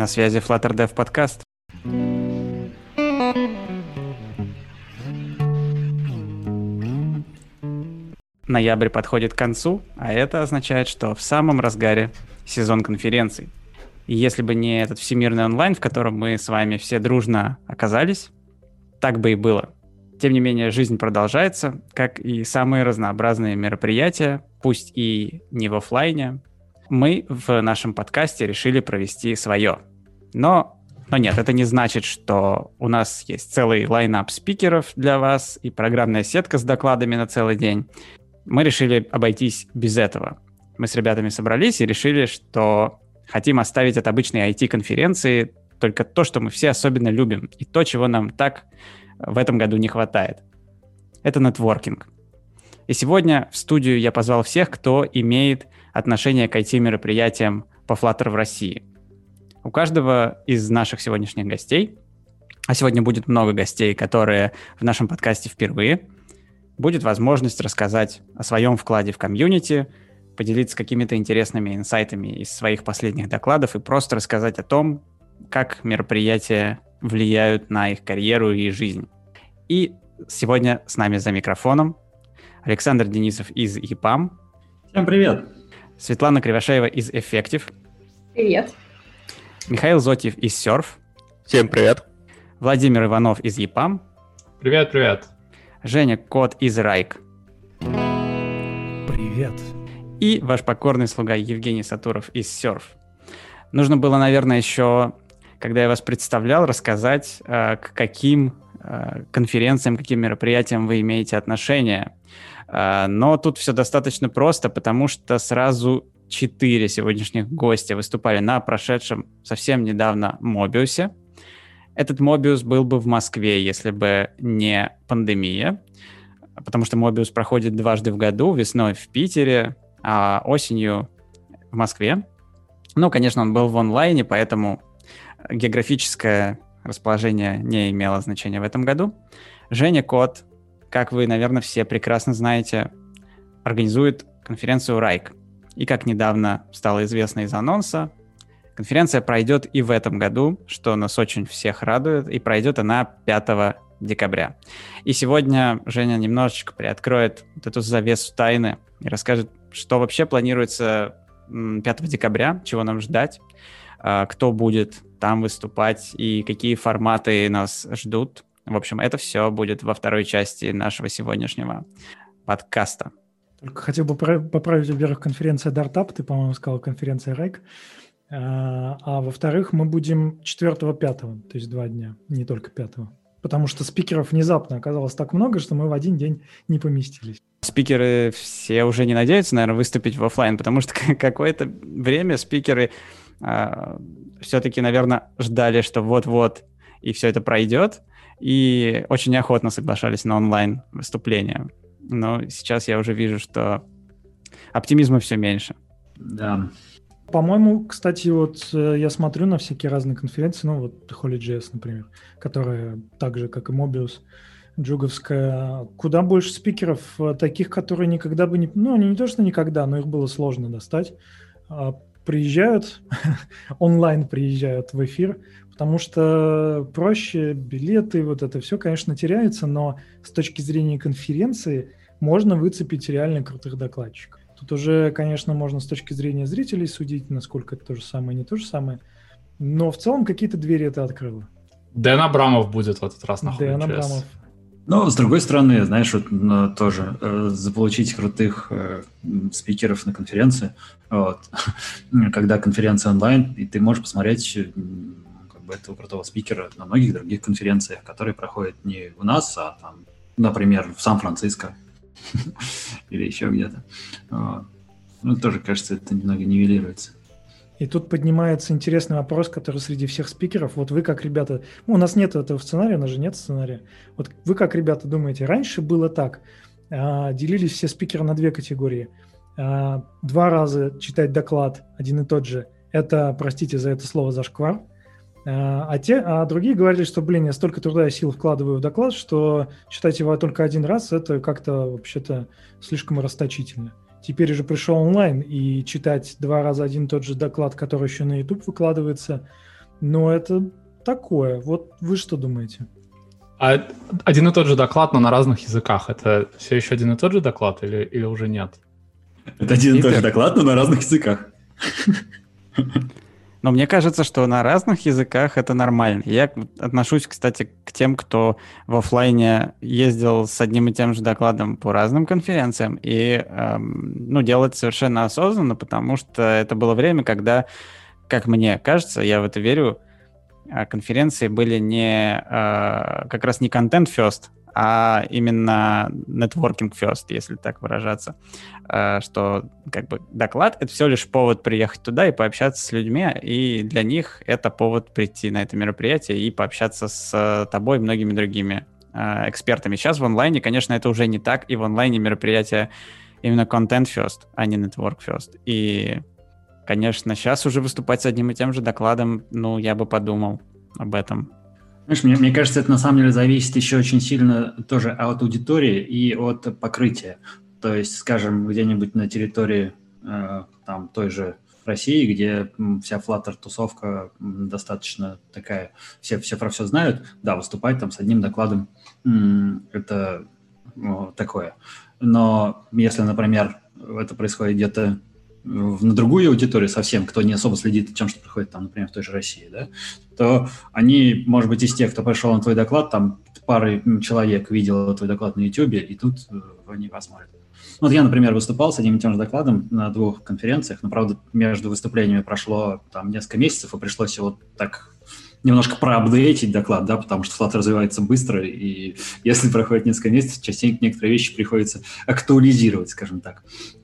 На связи Flutter Dev подкаст. Ноябрь подходит к концу, а это означает, что в самом разгаре сезон конференций. И если бы не этот всемирный онлайн, в котором мы с вами все дружно оказались, так бы и было. Тем не менее, жизнь продолжается, как и самые разнообразные мероприятия, пусть и не в офлайне. Мы в нашем подкасте решили провести свое. Но нет, это не значит, что у нас есть целый лайнап спикеров для вас и программная сетка с докладами на целый день. Мы решили обойтись без этого. Мы с ребятами собрались и решили, что хотим оставить от обычной IT-конференции только то, что мы все особенно любим, и то, чего нам так в этом году не хватает. Это нетворкинг. И сегодня в студию я позвал всех, кто имеет отношение к IT-мероприятиям по Flutter в России. У каждого из наших сегодняшних гостей, а сегодня будет много гостей, которые в нашем подкасте впервые, будет возможность рассказать о своем вкладе в комьюнити, поделиться какими-то интересными инсайтами из своих последних докладов и просто рассказать о том, как мероприятия влияют на их карьеру и жизнь. И сегодня с нами за микрофоном Александр Денисов из EPAM. Всем привет. Светлана Кривошеева из Effective. Привет. Михаил Зотьев из Surf. Всем привет. Владимир Иванов из EPAM. Привет, привет. Женя Кот из Райк. Привет. И ваш покорный слуга Евгений Сатуров из Surf. Нужно было, наверное, еще, когда я вас представлял, рассказать, к каким конференциям, каким мероприятиям вы имеете отношение. Но тут все достаточно просто, потому что сразу 4 сегодняшних гостя выступали на прошедшем совсем недавно Mobius. Этот Mobius был бы в Москве, если бы не пандемия, потому что Mobius проходит дважды в году, весной в Питере, а осенью в Москве. Ну, конечно, он был в онлайне, поэтому географическое расположение не имело значения в этом году. Женя Кот, как вы, наверное, все прекрасно знаете, организует конференцию RIKE. И, как недавно стало известно из анонса, конференция пройдет и в этом году, что нас очень всех радует, и пройдет она 5 декабря. И сегодня Женя немножечко приоткроет вот эту завесу тайны и расскажет, что вообще планируется 5 декабря, чего нам ждать, кто будет там выступать и какие форматы нас ждут. В общем, это все будет во второй части нашего сегодняшнего подкаста. Только хотел бы поправить, во-первых, конференция Дартап, ты, по-моему, сказал конференция RIKE, а во-вторых, мы будем 4-5, то есть 2 дня, не только 5. Потому что спикеров внезапно оказалось так много, что мы в один день не поместились. Спикеры все уже не надеются, наверное, выступить в офлайн, потому что какое-то время спикеры все-таки, наверное, ждали, что вот-вот и все это пройдет, и очень неохотно соглашались на онлайн выступления. Но сейчас я уже вижу, что оптимизма все меньше. Да. По-моему, кстати, вот я смотрю на всякие разные конференции, ну вот Holy.js, например, которая так же, как и Mobius, джуговская, куда больше спикеров, таких, которые никогда бы не... Ну, они не то, что никогда, но их было сложно достать. Приезжают, онлайн приезжают в эфир, потому что проще, билеты, вот это все, конечно, теряется, но с точки зрения конференции можно выцепить реально крутых докладчиков. Тут уже, конечно, можно с точки зрения зрителей судить, насколько это то же самое, не то же самое, но в целом какие-то двери это открыло. Дэн Абрамов будет в этот раз на Дэн Абрамов. Но, с другой стороны, знаешь, вот, тоже заполучить крутых спикеров на конференции, вот, когда конференция онлайн, и ты можешь посмотреть как бы этого крутого спикера на многих других конференциях, которые проходят не у нас, а там, например, в Сан-Франциско или еще где-то. Вот. Ну, тоже, кажется, это немного нивелируется. И тут поднимается интересный вопрос, который среди всех спикеров. Вот вы как ребята... Ну, у нас нет этого сценария, у нас же нет сценария. Вот вы как ребята думаете, раньше было так. Делились все спикеры на 2 категории. 2 раза читать доклад один и тот же. Это, простите за это слово, зашквар. А другие говорили, что, я столько труда и сил вкладываю в доклад, что читать его только 1 раз, это как-то вообще-то слишком расточительно. Теперь уже пришел онлайн, и читать 2 раза один и тот же доклад, который еще на YouTube выкладывается, Но это такое. Вот вы что думаете? А один и тот же доклад, но на разных языках. Это все еще один и тот же доклад или уже нет? Это один и тот же доклад, но на разных языках. Но мне кажется, что на разных языках это нормально. Я отношусь, кстати, к тем, кто в офлайне ездил с одним и тем же докладом по разным конференциям и делал это совершенно осознанно, потому что это было время, когда, как мне кажется, я в это верю, конференции были как раз не content first, а именно networking first, если так выражаться. Что как бы доклад — это всего лишь повод приехать туда и пообщаться с людьми, и для них это повод прийти на это мероприятие и пообщаться с тобой и многими другими экспертами. Сейчас в онлайне, конечно, это уже не так, и в онлайне мероприятие именно content first, а не network first. И, конечно, сейчас уже выступать с одним и тем же докладом, я бы подумал об этом. Знаешь, мне кажется, это на самом деле зависит еще очень сильно тоже от аудитории и от покрытия. То есть, скажем, где-нибудь на территории там той же России, где вся Flutter-тусовка достаточно такая, все про все знают, да, выступать там с одним докладом это такое. Но если, например, это происходит где-то на другую аудиторию совсем, кто не особо следит за тем, что происходит там, например, в той же России, да, то они, может быть, из тех, кто пришел на твой доклад, там пары человек видел твой доклад на YouTube, и тут они посмотрят. Вот я, например, выступал с одним и тем же докладом на 2 конференциях, но, правда, между выступлениями прошло там несколько месяцев, и пришлось его так немножко проапдейтить доклад, да, потому что Flutter развивается быстро, и если проходит несколько месяцев, частенько некоторые вещи приходится актуализировать, скажем так.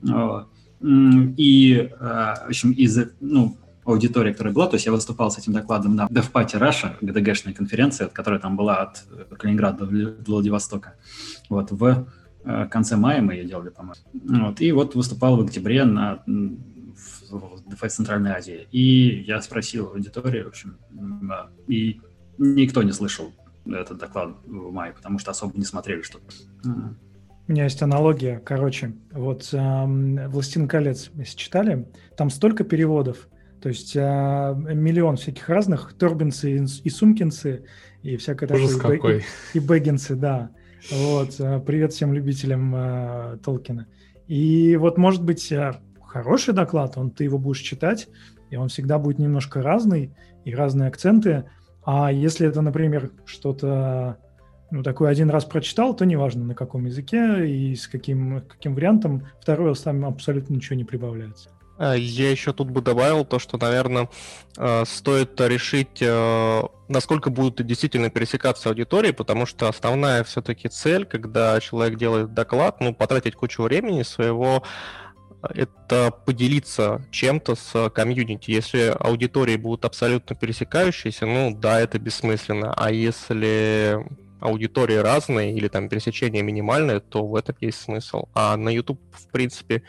И, в общем, из аудитории, которая была, то есть я выступал с этим докладом на DevParty Russia, ГДГшная конференция, которая там была от Калининграда до Владивостока. Вот, в конце мая мы ее делали, по-моему. Вот, и вот выступал в октябре в DeFi Центральной Азии. И я спросил аудиторию, в общем, и никто не слышал этот доклад в мае, потому что особо не смотрели что-то. У меня есть аналогия, короче, вот «Властелин колец», если читали, там столько переводов, то есть миллион всяких разных, торбинцы и сумкинцы, и всякое такое, и бэггинсы, да. Вот, привет всем любителям Толкина. И вот, может быть, хороший доклад, ты его будешь читать, и он всегда будет немножко разный, и разные акценты, а если это, например, что-то... такой один раз прочитал, то неважно на каком языке и с каким вариантом, второй раз там абсолютно ничего не прибавляется. Я еще тут бы добавил то, что, наверное, стоит решить, насколько будут действительно пересекаться аудитории, потому что основная все-таки цель, когда человек делает доклад, потратить кучу времени своего, это поделиться чем-то с комьюнити. Если аудитории будут абсолютно пересекающиеся, да, это бессмысленно. А если аудитории разные или там пересечение минимальное, то в этом есть смысл. А на YouTube, в принципе,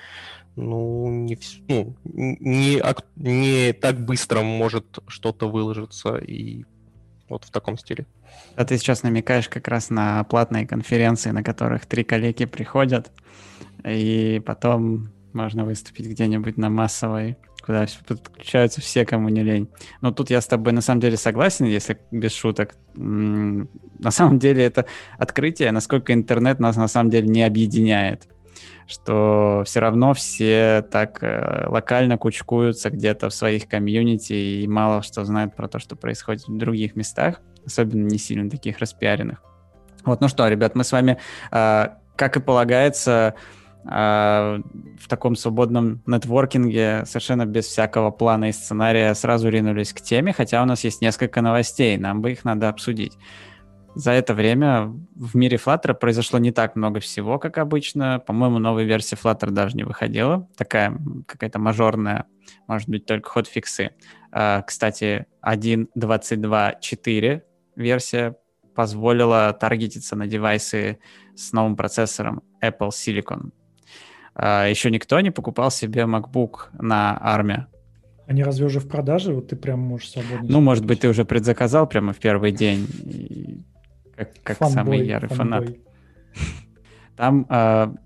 не так быстро может что-то выложиться, и вот в таком стиле. А ты сейчас намекаешь как раз на платные конференции, на которых 3 коллеги приходят, и потом можно выступить где-нибудь на массовой, куда подключаются все, кому не лень. Но тут я с тобой на самом деле согласен, если без шуток. На самом деле это открытие, насколько интернет нас на самом деле не объединяет. Что все равно все так локально кучкуются где-то в своих комьюнити и мало что знают про то, что происходит в других местах, особенно не сильно таких распиаренных. Вот, ну что, ребят, мы с вами, как и полагается, в таком свободном нетворкинге совершенно без всякого плана и сценария сразу ринулись к теме, хотя у нас есть несколько новостей, нам бы их надо обсудить. За это время в мире Flutter произошло не так много всего, как обычно. По-моему, новая версия Flutter даже не выходила. Такая какая-то мажорная, может быть, только хотфиксы. Кстати, 1.22.4 версия позволила таргетиться на девайсы с новым процессором Apple Silicon. Еще никто не покупал себе MacBook на ARM. Они разве уже в продаже? Вот ты прям можешь свободно... Ну, может быть, ты уже предзаказал прямо в первый день, как самый ярый фанат. Там,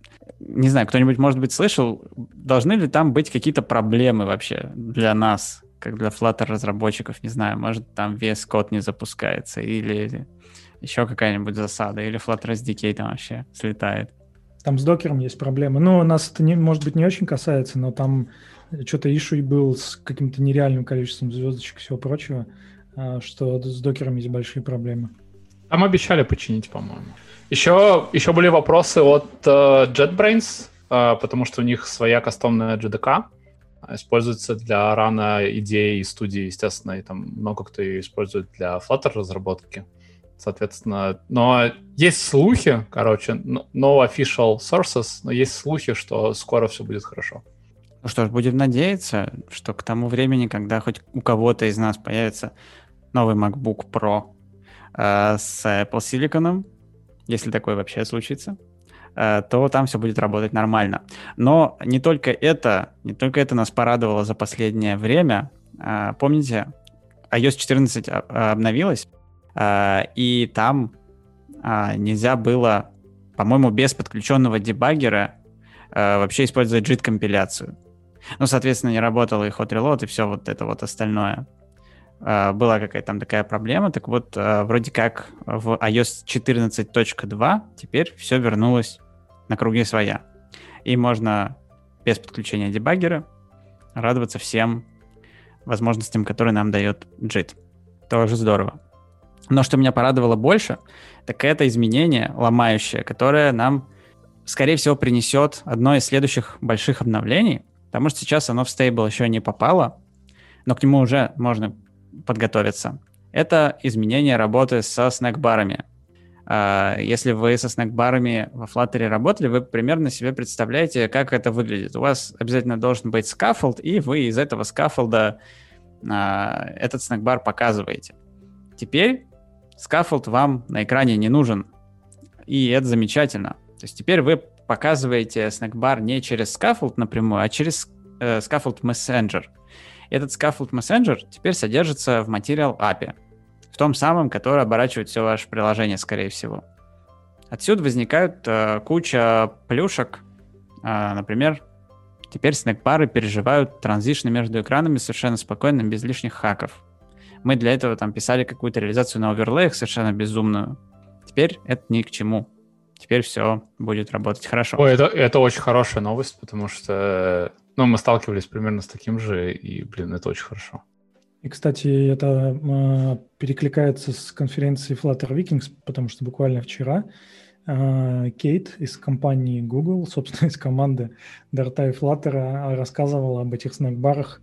не знаю, кто-нибудь, может быть, слышал, должны ли там быть какие-то проблемы вообще для нас, как для Flutter разработчиков, не знаю, может там VS Code не запускается, или еще какая-нибудь засада, или Flutter SDK там вообще слетает. Там с докером есть проблемы. Ну, нас это, может быть, не очень касается, но там что-то issue был с каким-то нереальным количеством звездочек и всего прочего, что с докером есть большие проблемы. Там обещали починить, по-моему. Еще были вопросы от JetBrains, потому что у них своя кастомная JDK используется для рана идей и студии, естественно, и там много кто ее использует для Flutter разработки. Соответственно, но есть слухи, no official sources, но есть слухи, что скоро все будет хорошо. Ну что ж, будем надеяться, что к тому времени, когда хоть у кого-то из нас появится новый MacBook Pro с Apple Silicon, если такое вообще случится, то там все будет работать нормально. Но не только это нас порадовало за последнее время. Помните, iOS 14 обновилась, и там нельзя было, по-моему, без подключенного дебаггера вообще использовать JIT-компиляцию. Ну, соответственно, не работал и hot reload, и все вот это вот остальное. Была какая-то там такая проблема. Так вот, вроде как в iOS 14.2 теперь все вернулось на круги своя. И можно без подключения дебаггера радоваться всем возможностям, которые нам дает JIT. Тоже здорово. Но что меня порадовало больше, так это изменение ломающее, которое нам, скорее всего, принесет одно из следующих больших обновлений, потому что сейчас оно в стейбл еще не попало, но к нему уже можно подготовиться. Это изменение работы со снэк-барами. Если вы со снэк-барами во Flutter работали, вы примерно себе представляете, как это выглядит. У вас обязательно должен быть скаффолд, и вы из этого скаффолда этот снэк-бар показываете. Теперь скаффолд вам на экране не нужен, и это замечательно. То есть теперь вы показываете снэк-бар не через скаффолд напрямую, а через скаффолд Messenger. Этот скаффолд Messenger теперь содержится в Material API, в том самом, который оборачивает все ваше приложение, скорее всего. Отсюда возникают куча плюшек. Например, теперь снэк-бары переживают транзишны между экранами совершенно спокойно, без лишних хаков. Мы для этого там писали какую-то реализацию на оверлеях совершенно безумную. Теперь это ни к чему. Теперь все будет работать хорошо. Ой, это очень хорошая новость, потому что мы сталкивались примерно с таким же, и, это очень хорошо. И, кстати, это перекликается с конференцией Flutter Vikings, потому что буквально вчера Кейт из компании Google, собственно, из команды Дарта и Flutter, рассказывала об этих снэк-барах,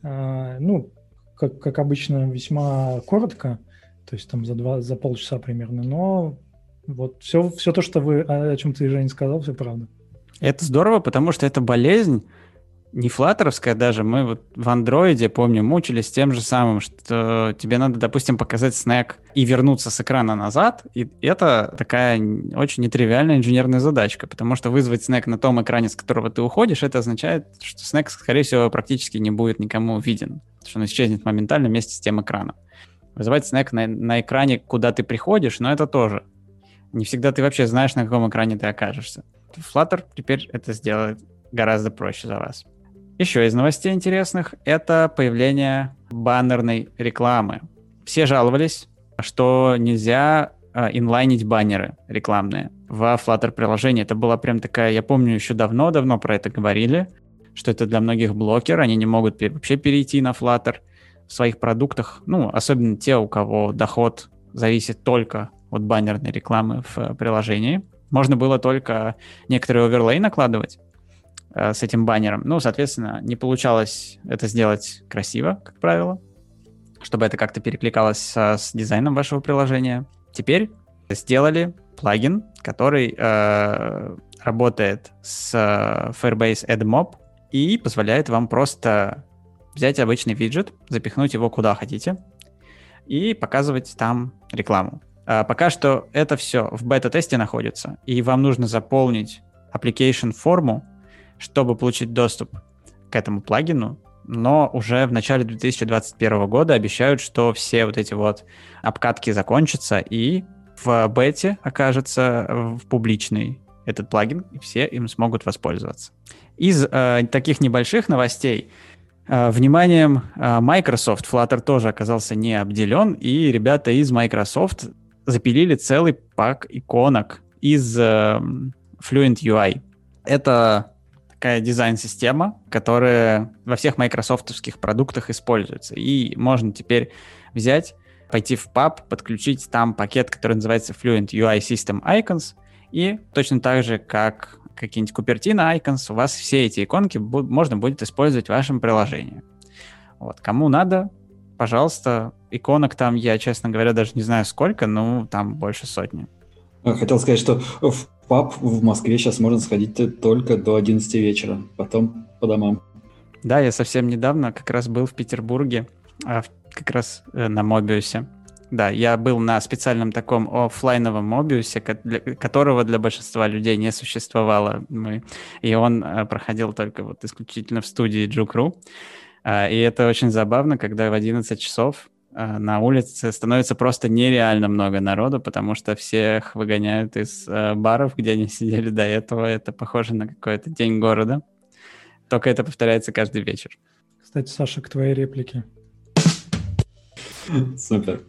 как обычно, весьма коротко, то есть там за полчаса примерно, но вот все то, что о чем ты, Женя, сказал, все правда. Это здорово, потому что это болезнь, не флаттеровская даже. Мы вот в андроиде, помню, мучились тем же самым, что тебе надо, допустим, показать снэк и вернуться с экрана назад, и это такая очень нетривиальная инженерная задачка, потому что вызвать снэк на том экране, с которого ты уходишь, это означает, что снэк, скорее всего, практически не будет никому виден, потому что он исчезнет моментально вместе с тем экраном. Вызывать снэк на экране, куда ты приходишь, но это тоже. Не всегда ты вообще знаешь, на каком экране ты окажешься. Flutter теперь это сделает гораздо проще за вас. Еще из новостей интересных – это появление баннерной рекламы. Все жаловались, что нельзя инлайнить баннеры рекламные в Flutter-приложении. Это была прям такая, я помню, еще давно про это говорили, что это для многих блокер, они не могут вообще перейти на Flutter в своих продуктах, особенно те, у кого доход зависит только от баннерной рекламы в приложении. Можно было только некоторые оверлей накладывать с этим баннером. Соответственно, не получалось это сделать красиво, как правило, чтобы это как-то перекликалось с дизайном вашего приложения. Теперь сделали плагин, который работает с Firebase AdMob и позволяет вам просто взять обычный виджет, запихнуть его куда хотите и показывать там рекламу. Пока что это все в бета-тесте находится, и вам нужно заполнить application форму, чтобы получить доступ к этому плагину, но уже в начале 2021 года обещают, что все вот эти вот обкатки закончатся, и в бете окажется в публичный этот плагин, и все им смогут воспользоваться. Из таких небольших новостей Вниманием Microsoft Flutter тоже оказался не обделен, и ребята из Microsoft запилили целый пак иконок из Fluent UI. Это такая дизайн-система, которая во всех майкрософтовских продуктах используется. И можно теперь взять, пойти в паб, подключить там пакет, который называется Fluent UI System Icons, и точно так же, как какие-нибудь Cupertino Icons, у вас все эти иконки можно будет использовать в вашем приложении. Вот. Кому надо, пожалуйста, иконок там, я, честно говоря, даже не знаю сколько, но там больше сотни. Хотел сказать, что в паб в Москве сейчас можно сходить только до 11 вечера, потом по домам. Да, я совсем недавно как раз был в Петербурге, как раз на Мобиусе. Да, я был на специальном таком оффлайновом Мобиусе, которого для большинства людей не существовало. И он проходил только вот исключительно в студии Juke.ru. И это очень забавно, когда в 11 часов на улице становится просто нереально много народу, потому что всех выгоняют из баров, где они сидели до этого. Это похоже на какой-то день города. Только это повторяется каждый вечер. Кстати, Саша, к твоей реплике. Супер.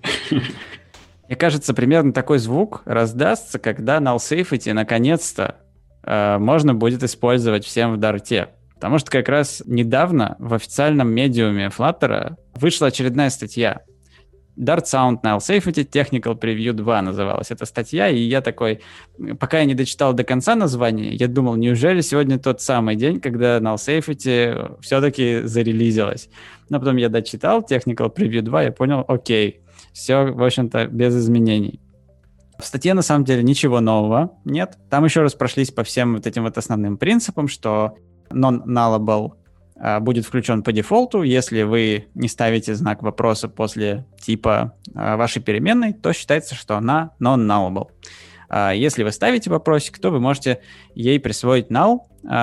Мне кажется, примерно такой звук раздастся, когда null safety наконец-то можно будет использовать всем в Дарте. Потому что как раз недавно в официальном медиуме Flutter вышла очередная статья. Dart Sound Null Safety Technical Preview 2 называлась эта статья, и я такой, пока я не дочитал до конца название, я думал, неужели сегодня тот самый день, когда Null Safety все-таки зарелизилась. Но потом я дочитал Technical Preview 2, я понял, окей, все, в общем-то, без изменений. В статье, на самом деле, ничего нового нет. Там еще раз прошлись по всем вот этим вот основным принципам, что non-nullable будет включен по дефолту. Если вы не ставите знак вопроса после типа вашей переменной, то считается, что она non-nullable. Если вы ставите вопросик, то вы можете ей присвоить null,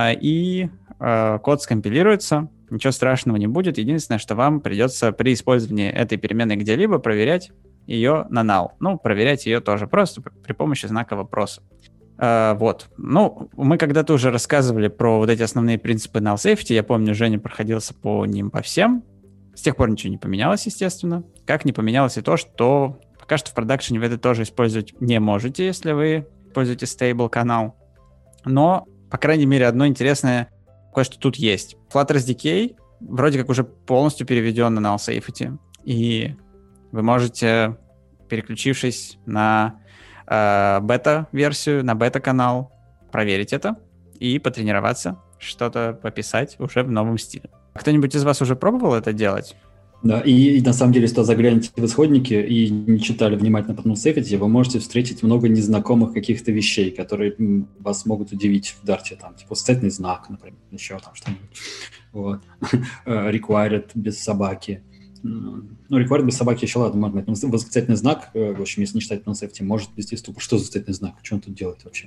и код скомпилируется. Ничего страшного не будет. Единственное, что вам придется при использовании этой переменной где-либо проверять ее на null. Ну, проверять ее тоже просто при помощи знака вопроса. Вот. Ну, мы когда-то уже рассказывали про вот эти основные принципы null safety. Я помню, Женя проходился по ним по всем. С тех пор ничего не поменялось, естественно. Как не поменялось и то, что пока что в продакшене вы это тоже использовать не можете, если вы используете stable канал. Но, по крайней мере, одно интересное кое-что тут есть. Flutter SDK вроде как уже полностью переведен на null safety. И вы можете, переключившись на бета-версию, на бета-канал, проверить это и потренироваться, что-то пописать уже в новом стиле. Кто-нибудь из вас уже пробовал это делать? Да, и на самом деле, если заглянете в исходники и не читали внимательно по null safety, вы можете встретить много незнакомых каких-то вещей, которые вас могут удивить в Дарте, там, типа восклицательный знак, например, еще там что-нибудь. Вот. Required без собаки. Ну, required без собаки еще ладно, можно. Восклицательный знак, в общем, если не читать null safety, может вести ступор. Что за восклицательный знак? Что он тут делает вообще?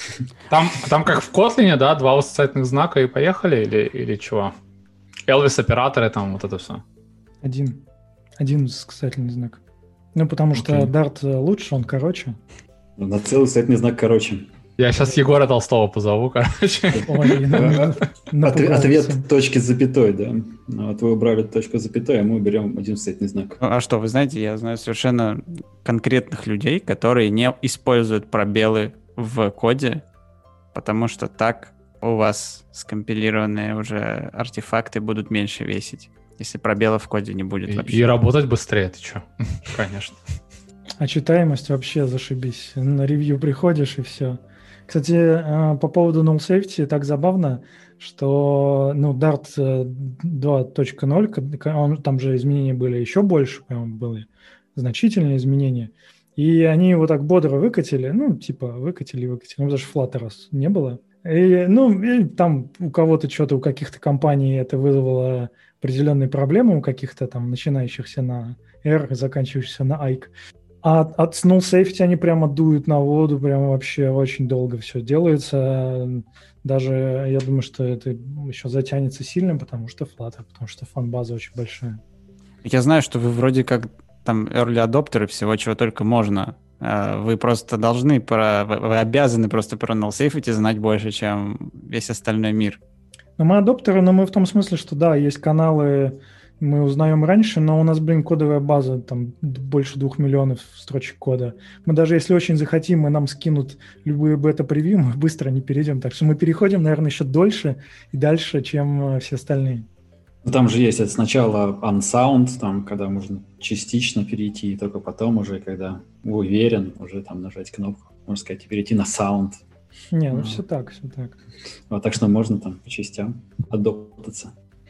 Там как в Kotlin, да, 2 восклицательных знака и поехали, или чего? Elvis операторы, там вот это все. Один восклицательный знак. Ну, потому что Dart лучше, он короче. На целый восклицательный знак короче. Я сейчас Егора Толстого позову, короче. Ответ точки с запятой, да. Вот вы убрали точку с запятой, а мы уберем один восклицательный знак. А что, вы знаете, я знаю совершенно конкретных людей, которые не используют пробелы в коде, потому что так у вас скомпилированные уже артефакты будут меньше весить, если пробелов в коде не будет вообще. И работать быстрее, ты что? Конечно. А читаемость вообще зашибись. На ревью приходишь и все. Кстати, по поводу null safety так забавно, что Dart 2.0, там же изменения были еще больше, прям были значительные изменения. И они его так бодро выкатили, выкатили, потому что Flutter не было. И там у кого-то что-то, у каких-то компаний это вызвало определенные проблемы, у каких-то там начинающихся на R, заканчивающихся на Ike. А от null safety они прямо дуют на воду, прямо вообще очень долго все делается. Даже я думаю, что это еще затянется сильно, потому что Flutter, потому что фан-база очень большая. Я знаю, что вы вроде как там early adopterы всего, чего только можно. Вы просто должны, вы обязаны просто про null safety знать больше, чем весь остальной мир. Но мы адоптеры, но мы в том смысле, что да, есть каналы, мы узнаем раньше, но у нас, кодовая база, там больше 2 миллионов строчек кода. Мы даже если очень захотим, и нам скинут любые бета-превью, мы быстро не перейдем. Так что мы переходим, наверное, еще дольше и дальше, чем все остальные. Там же есть это сначала unsound, там, когда можно частично перейти, и только потом уже, когда уверен, уже там нажать кнопку, можно сказать, перейти на sound. Не, все так, все так. Вот, так что можно там по частям адоптаться.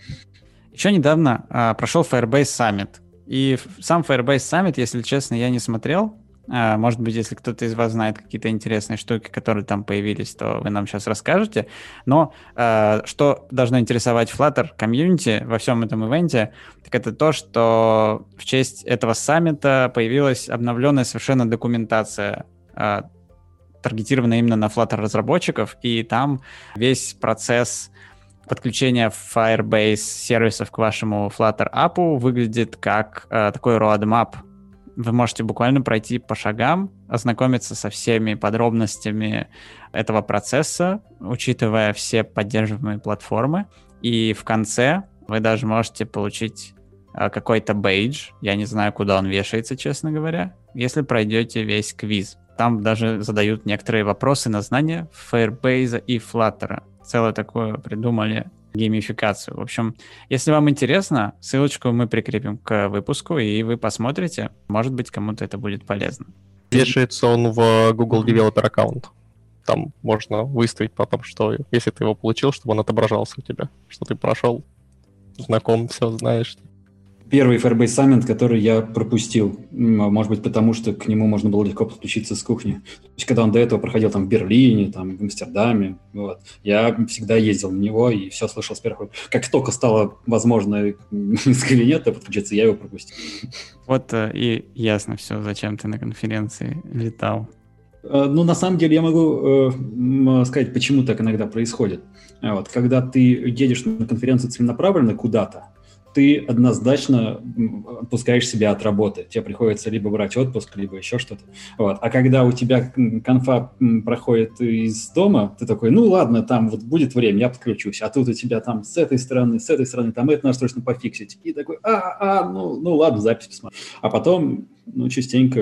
Еще недавно прошел Firebase Summit. И сам Firebase Summit, если честно, я не смотрел. Может быть, если кто-то из вас знает какие-то интересные штуки, которые там появились, то вы нам сейчас расскажете. Но что должно интересовать Flutter комьюнити во всем этом ивенте, так это то, что в честь этого саммита появилась обновленная совершенно документация, таргетированная именно на Flutter разработчиков, и там весь процесс подключения Firebase сервисов к вашему Flutter app'у выглядит как такой roadmap. Вы можете буквально пройти по шагам, ознакомиться со всеми подробностями этого процесса, учитывая все поддерживаемые платформы. И в конце вы даже можете получить какой-то бейдж. Я не знаю, куда он вешается, честно говоря, если пройдете весь квиз. Там даже задают некоторые вопросы на знания Firebase и Flutter. Целое такое придумали геймификацию. В общем, если вам интересно, ссылочку мы прикрепим к выпуску, и вы посмотрите. Может быть, кому-то это будет полезно. Вешается он в Google Developer аккаунт. Там можно выставить потом, что если ты его получил, чтобы он отображался у тебя, что ты прошел, знаком, все знаешь. Первый Firebase Summit, который я пропустил, может быть, потому что к нему можно было легко подключиться с кухни. То есть, когда он до этого проходил там в Берлине, там, в Амстердаме, вот, я всегда ездил на него и все слышал с первых. Как только стало возможно из кабинета подключиться, я его пропустил. Вот и ясно все, зачем ты на конференции летал. Ну, на самом деле, я могу сказать, почему так иногда происходит. Вот, когда ты едешь на конференцию целенаправленно куда-то, ты однозначно отпускаешь себя от работы. Тебе приходится либо брать отпуск, либо еще что-то. Вот. А когда у тебя конфа проходит из дома, ты такой, ну ладно, там вот будет время, я подключусь. А тут у тебя там с этой стороны, там это надо срочно пофиксить. И такой, ну ладно, запись посмотрю. А потом, частенько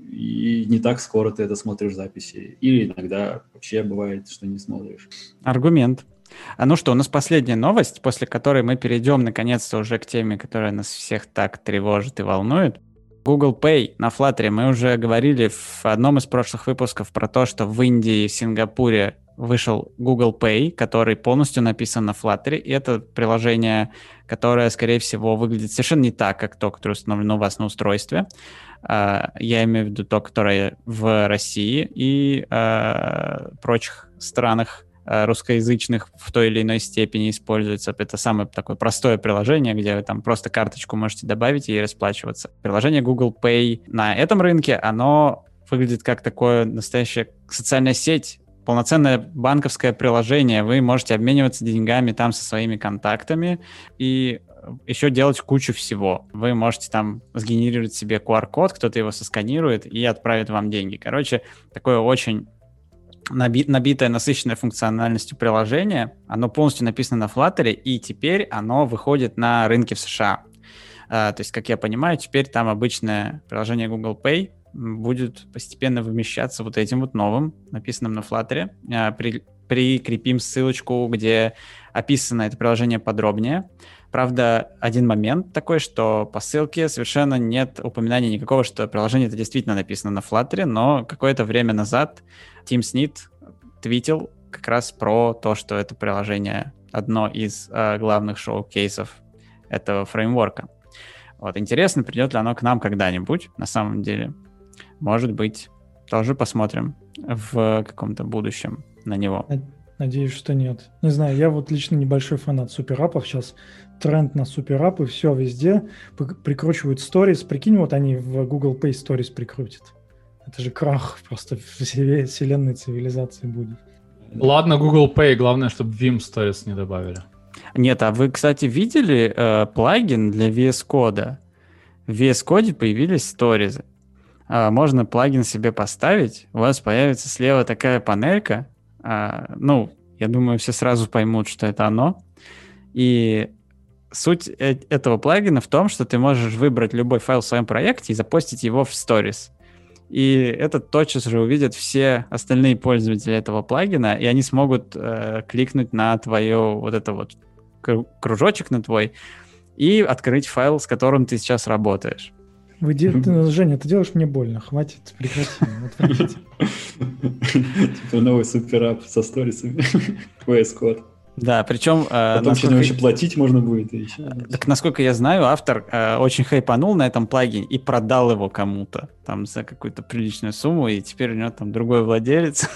и не так скоро ты это смотришь записи. Или иногда вообще бывает, что не смотришь. Аргумент. Ну что, у нас последняя новость, после которой мы перейдем наконец-то уже к теме, которая нас всех так тревожит и волнует. Google Pay на Flutter. Мы уже говорили в одном из прошлых выпусков про то, что в Индии и Сингапуре вышел Google Pay, который полностью написан на Flutter. И это приложение, которое, скорее всего, выглядит совершенно не так, как то, которое установлено у вас на устройстве. Я имею в виду то, которое в России и прочих странах русскоязычных в той или иной степени используется. Это самое такое простое приложение, где вы там просто карточку можете добавить и расплачиваться. Приложение Google Pay на этом рынке, оно выглядит как такое настоящая социальная сеть, полноценное банковское приложение. Вы можете обмениваться деньгами там со своими контактами и еще делать кучу всего. Вы можете там сгенерировать себе QR-код, кто-то его сосканирует и отправит вам деньги. Короче, такое очень набитое, насыщенное функциональностью приложение. Оно полностью написано на Flutter, и теперь оно выходит на рынке в США. То есть, как я понимаю, теперь там обычное приложение Google Pay будет постепенно вымещаться вот этим вот новым, написанным на Flutter. Прикрепим ссылочку, где описано это приложение подробнее. Правда, один момент такой, что по ссылке совершенно нет упоминания никакого, что приложение это действительно написано на Flutter, но какое-то время назад Тим Снит твитил как раз про то, что это приложение одно из главных шоу-кейсов этого фреймворка. Вот, интересно, придет ли оно к нам когда-нибудь, на самом деле. Может быть, тоже посмотрим в каком-то будущем на него. Надеюсь, что нет. Не знаю, я вот лично небольшой фанат суперапов. Сейчас тренд на суперапы, все везде. Прикручивают сторис. Прикинь, вот они в Google Pay сторис прикрутят. Это же крах просто вселенной цивилизации будет. Ладно, Google Pay, главное, чтобы Vim Stories не добавили. Нет, а вы, кстати, видели плагин для VS Code? В VS Code появились сторизы. Можно плагин себе поставить, у вас появится слева такая панелька. Я думаю, все сразу поймут, что это оно. И суть этого плагина в том, что ты можешь выбрать любой файл в своем проекте и запостить его в Stories. И это тотчас же увидят все остальные пользователи этого плагина, и они смогут кликнуть на твою вот это вот кружочек на твой и открыть файл, с которым ты сейчас работаешь. Женя, ты делаешь мне больно, хватит, прекрати. Типа новый суперап со сторисами, VS Code. Да, причем... Потом еще платить можно будет. Так, насколько я знаю, автор очень хайпанул на этом плагине и продал его кому-то там за какую-то приличную сумму, и теперь у него там другой владелец.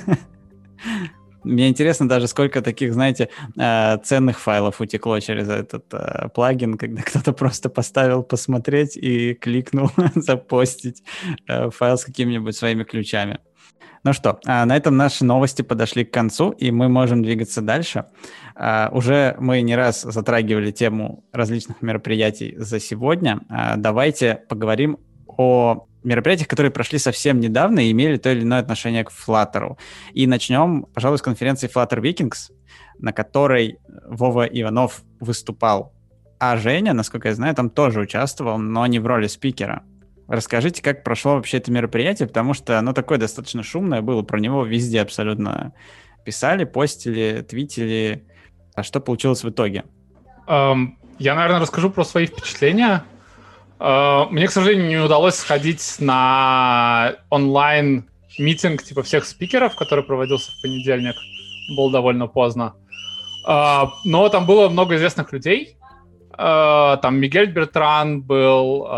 Мне интересно даже, сколько таких, знаете, ценных файлов утекло через этот плагин, когда кто-то просто поставил посмотреть и кликнул запостить файл с какими-нибудь своими ключами. Ну что, на этом наши новости подошли к концу, и мы можем двигаться дальше. Уже мы не раз затрагивали тему различных мероприятий за сегодня. Давайте поговорим о мероприятиях, которые прошли совсем недавно и имели то или иное отношение к Flutter. И начнем, пожалуй, с конференции Flutter Vikings, на которой Вова Иванов выступал. А Женя, насколько я знаю, там тоже участвовал, но не в роли спикера. Расскажите, как прошло вообще это мероприятие, потому что оно такое достаточно шумное было, про него везде абсолютно писали, постили, твитили. А что получилось в итоге? Я, наверное, расскажу про свои впечатления. Мне, к сожалению, не удалось сходить на онлайн-митинг типа всех спикеров, который проводился в понедельник. Было довольно поздно. Но там было много известных людей. Там Мигель Бертран был,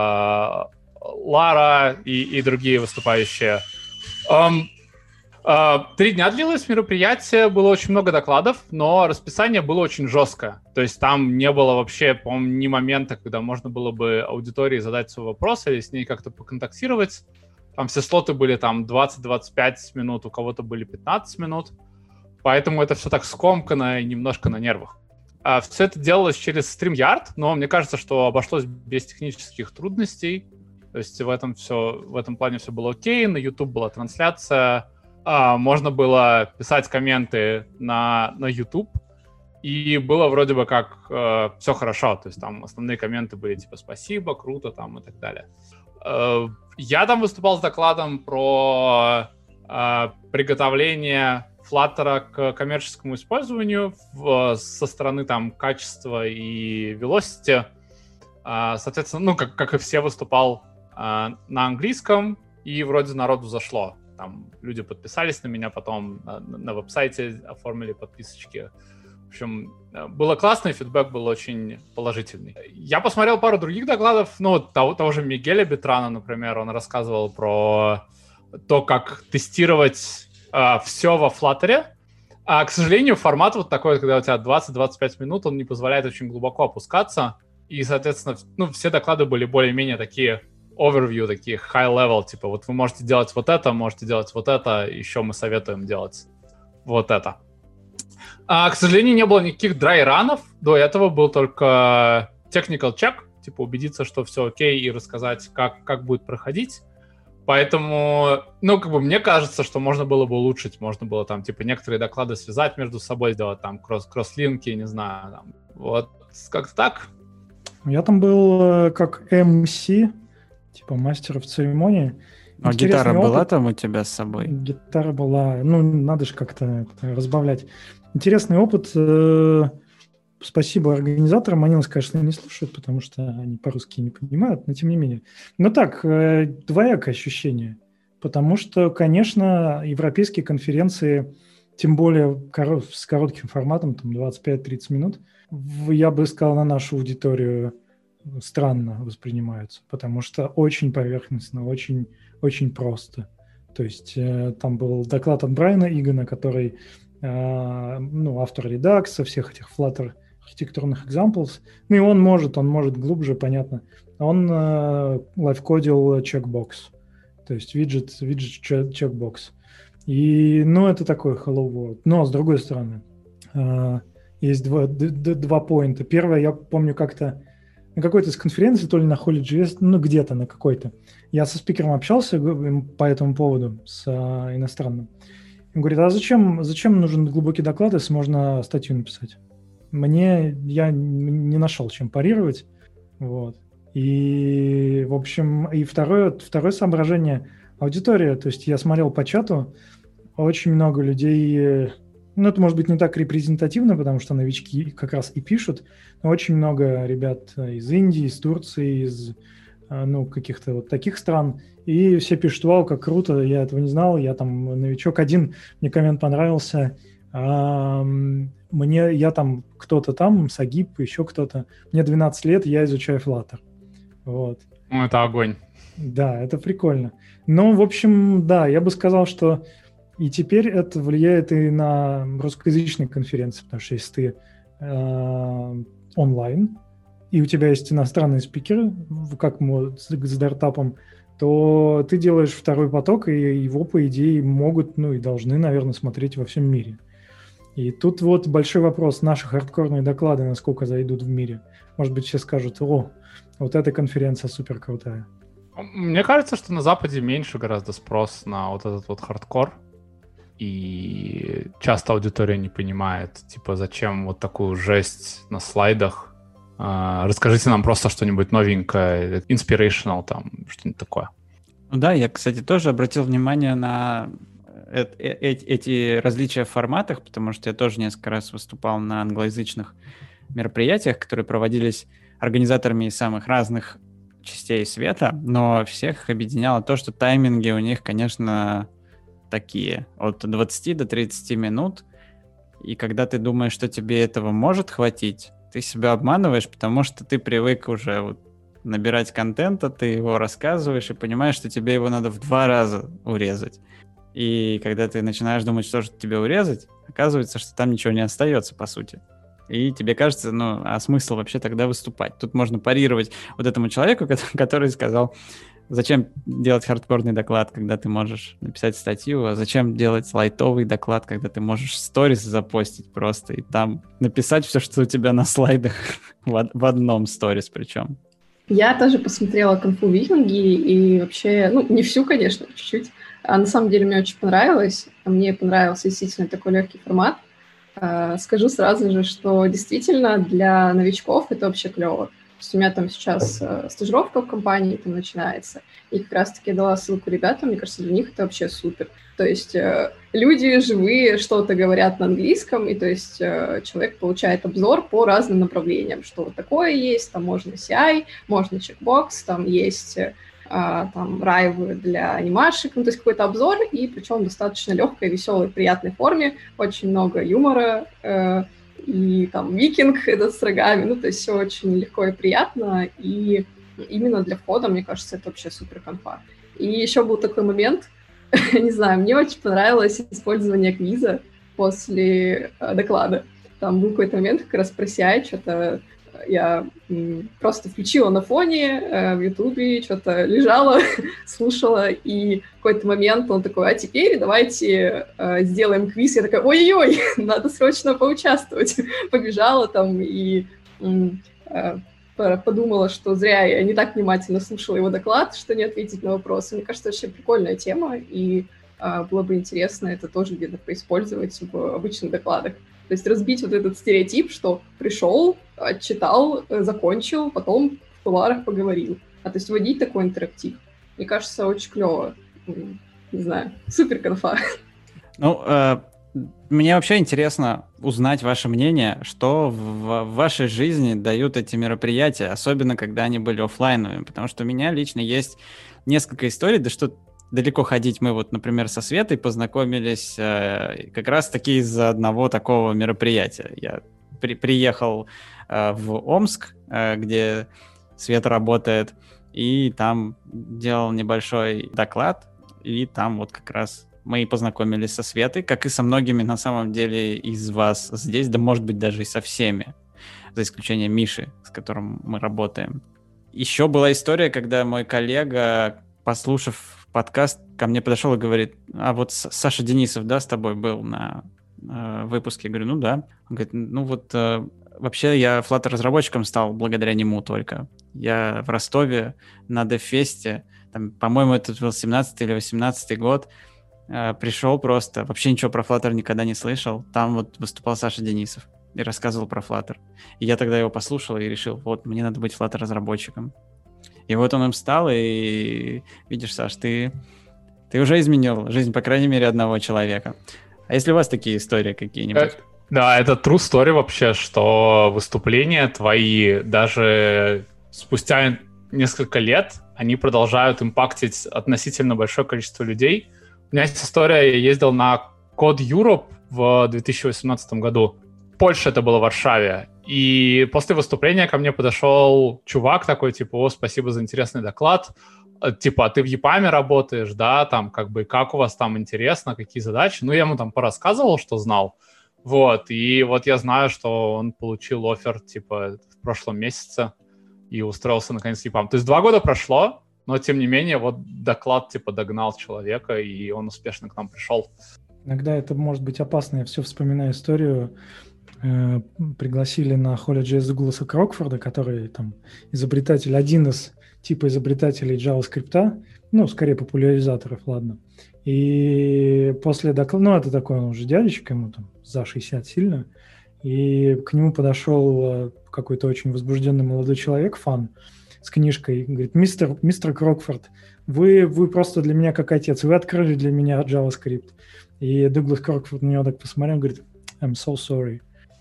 Лара и другие выступающие. 3 дня длилось мероприятие, было очень много докладов, но расписание было очень жесткое. То есть там не было вообще, по-моему, ни момента, когда можно было бы аудитории задать свой вопрос или с ней как-то поконтактировать. Там все слоты были там 20-25 минут, у кого-то были 15 минут. Поэтому это все так скомкано и немножко на нервах. Все это делалось через StreamYard, но мне кажется, что обошлось без технических трудностей. То есть в этом плане все было окей. На YouTube была трансляция. Можно было писать комменты на YouTube, и было вроде бы как все хорошо. То есть там основные комменты были типа «спасибо», «круто» там и так далее. Я там выступал с докладом про приготовление Flutter к коммерческому использованию со стороны там качества и velocity. Соответственно, как и все, выступал на английском, и вроде народу зашло. Там люди подписались на меня, потом на веб-сайте оформили подписочки. В общем, было классно, и фидбэк был очень положительный. Я посмотрел пару других докладов, того же Мигеля Бертрана, например, он рассказывал про то, как тестировать все во Flutter. К сожалению, формат вот такой, когда у тебя 20-25 минут, он не позволяет очень глубоко опускаться, и, соответственно, все доклады были более-менее такие overview, такие high-level, типа вот вы можете делать вот это, можете делать вот это, еще мы советуем делать вот это. К сожалению, не было никаких dry-ранов, до этого был только technical check, типа убедиться, что все окей, и рассказать, как будет проходить. Поэтому, мне кажется, что можно было бы улучшить, можно было там, типа, некоторые доклады связать между собой, сделать там кросс-линки, не знаю, там, вот, как-то так. Я там был как MC, типа мастер в церемонии. А гитара была там у тебя с собой? Гитара была. Надо же как-то разбавлять. Интересный опыт. Спасибо организаторам. Они нас, конечно, не слушают, потому что они по-русски не понимают, но тем не менее. Но так, двоякое ощущение. Потому что, конечно, европейские конференции, тем более с коротким форматом, там 25-30 минут, я бы сказал, на нашу аудиторию странно воспринимаются, потому что очень поверхностно, очень, очень просто. То есть там был доклад от Брайана Игана, который автор редакса всех этих Flutter архитектурных examples. И он может глубже, понятно. Он лайфкодил чекбокс, то есть виджет чекбокс. И, это такой hello world. Но, с другой стороны, есть два поинта. Первое, я помню как-то на какой-то из конференций, то ли на HolyJS, где-то на какой-то. Я со спикером общался по этому поводу, с иностранным. Он говорит, а зачем нужен глубокий доклад, если можно статью написать? Я не нашел, чем парировать. Вот. И, в общем, и второе соображение – аудитория. То есть я смотрел по чату, очень много людей, ну, это может быть не так репрезентативно, потому что новички как раз и пишут, но очень много ребят из Индии, из Турции, из, каких-то вот таких стран, и все пишут: вау, как круто, я этого не знал, я там новичок. Мне коммент понравился, я там кто-то там, Сагиб, еще кто-то, мне 12 лет, я изучаю Flutter. Вот. Ну, это огонь. Да, это прикольно. Ну, в общем, да, я бы сказал, что и теперь это влияет и на русскоязычные конференции, потому что если ты онлайн, и у тебя есть иностранные спикеры, как с стартапом, то ты делаешь второй поток, и его, по идее, могут, и должны, наверное, смотреть во всем мире. И тут вот большой вопрос: наши хардкорные доклады насколько зайдут в мире? Может быть, все скажут: о, вот эта конференция супер крутая. Мне кажется, что на Западе меньше гораздо спрос на вот этот вот хардкор. И часто аудитория не понимает, типа, зачем вот такую жесть на слайдах. Расскажите нам просто что-нибудь новенькое, inspirational, там, что-нибудь такое. Ну да, я, кстати, тоже обратил внимание на эти различия в форматах, потому что я тоже несколько раз выступал на англоязычных мероприятиях, которые проводились организаторами из самых разных частей света, но всех объединяло то, что тайминги у них, конечно, такие, от 20 до 30 минут, и когда ты думаешь, что тебе этого может хватить, ты себя обманываешь, потому что ты привык уже вот набирать контента, ты его рассказываешь и понимаешь, что тебе его надо в 2 раза урезать. И когда ты начинаешь думать, что же тебе урезать, оказывается, что там ничего не остается, по сути. И тебе кажется, а смысл вообще тогда выступать? Тут можно парировать вот этому человеку, который сказал: зачем делать хардкорный доклад, когда ты можешь написать статью, а зачем делать лайтовый доклад, когда ты можешь сторис запостить просто и там написать все, что у тебя на слайдах в одном сторис причем. Я тоже посмотрела конфу викинги и вообще, не всю, конечно, чуть-чуть. А на самом деле мне очень понравилось. Мне понравился действительно такой легкий формат. Скажу сразу же, что действительно для новичков это вообще клево. То есть у меня там сейчас стажировка в компании там начинается, и как раз-таки я дала ссылку ребятам, мне кажется, для них это вообще супер. То есть люди живые что-то говорят на английском, и то есть человек получает обзор по разным направлениям, что вот такое есть, там можно CI, можно чекбокс, там есть там райвы для анимашек, то есть какой-то обзор, и причем в достаточно легкой, веселой, приятной форме, очень много юмора, и там викинг этот с рогами, то есть все очень легко и приятно, и именно для входа, мне кажется, это вообще супер конфа. И еще был такой момент, не знаю, мне очень понравилось использование квиза после доклада. Там был какой-то момент как раз про CI, что-то я просто включила на фоне в Ютубе, что-то лежала, слушала, и в какой-то момент он такой: а теперь давайте сделаем квиз. Я такая: ой-ой-ой, надо срочно поучаствовать. Побежала там и подумала, что зря я не так внимательно слушала его доклад, что не ответить на вопросы. Мне кажется, вообще прикольная тема, и было бы интересно это тоже где-то поиспользовать в обычных докладах. То есть разбить вот этот стереотип, что пришел, отчитал, закончил, потом в кулуарах поговорил. То есть вводить такой интерактив. Мне кажется, очень клево. Не знаю, супер конфа. Мне вообще интересно узнать ваше мнение, что в вашей жизни дают эти мероприятия, особенно когда они были офлайновыми, потому что у меня лично есть несколько историй, да что далеко ходить. Мы вот, например, со Светой познакомились как раз-таки из-за одного такого мероприятия. Я приехал в Омск, где Света работает, и там делал небольшой доклад, и там вот как раз мы и познакомились со Светой, как и со многими, на самом деле, из вас здесь, да, может быть, даже и со всеми, за исключением Миши, с которым мы работаем. Еще была история, когда мой коллега, послушав подкаст, ко мне подошел и говорит: а вот Саша Денисов, да, с тобой был на выпуске? Я говорю: ну да. Он говорит: вообще я Flutter-разработчиком стал благодаря нему только. Я в Ростове на DevFest, там, по-моему, это был 17 или 18 год, пришел просто, вообще ничего про Flutter никогда не слышал. Там вот выступал Саша Денисов. и рассказывал про Flutter. И я тогда его послушал и решил, вот, мне надо быть Flutter-разработчиком. И вот он им стал, и видишь, Саш, ты уже изменил жизнь, по крайней мере, одного человека. А если у вас такие истории какие-нибудь? Да, это true story вообще, что выступления твои даже спустя несколько лет, они продолжают импактить относительно большое количество людей. У меня есть история, я ездил на Code Europe в 2018 году. В Польше это было, в Варшаве. И после выступления ко мне подошел чувак такой, типа, о, спасибо за интересный доклад. Типа, а ты в EPAM работаешь, да, там, как бы, как у вас там интересно, какие задачи? Ну, я ему там порассказывал, что знал. Вот, и вот я знаю, что он получил оффер, типа, в прошлом месяце и устроился, наконец, в EPAM. То есть 2 года прошло, но, тем не менее, вот доклад, типа, догнал человека, и он успешно к нам пришел. Иногда это может быть опасно. Я все вспоминаю историю. Пригласили на HolyJS Дугласа Крокфорда, который там изобретатель, один из типа изобретателей JavaScript, ну, скорее популяризаторов, ладно. И после доклада, ну, это такой он уже дядечка, ему там за 60 сильно, и к нему подошел какой-то очень возбужденный молодой человек, фан, с книжкой, говорит, мистер Крокфорд, вы просто для меня как отец, вы открыли для меня JavaScript. И Дуглас Крокфорд на него так посмотрел, говорит, I'm so sorry.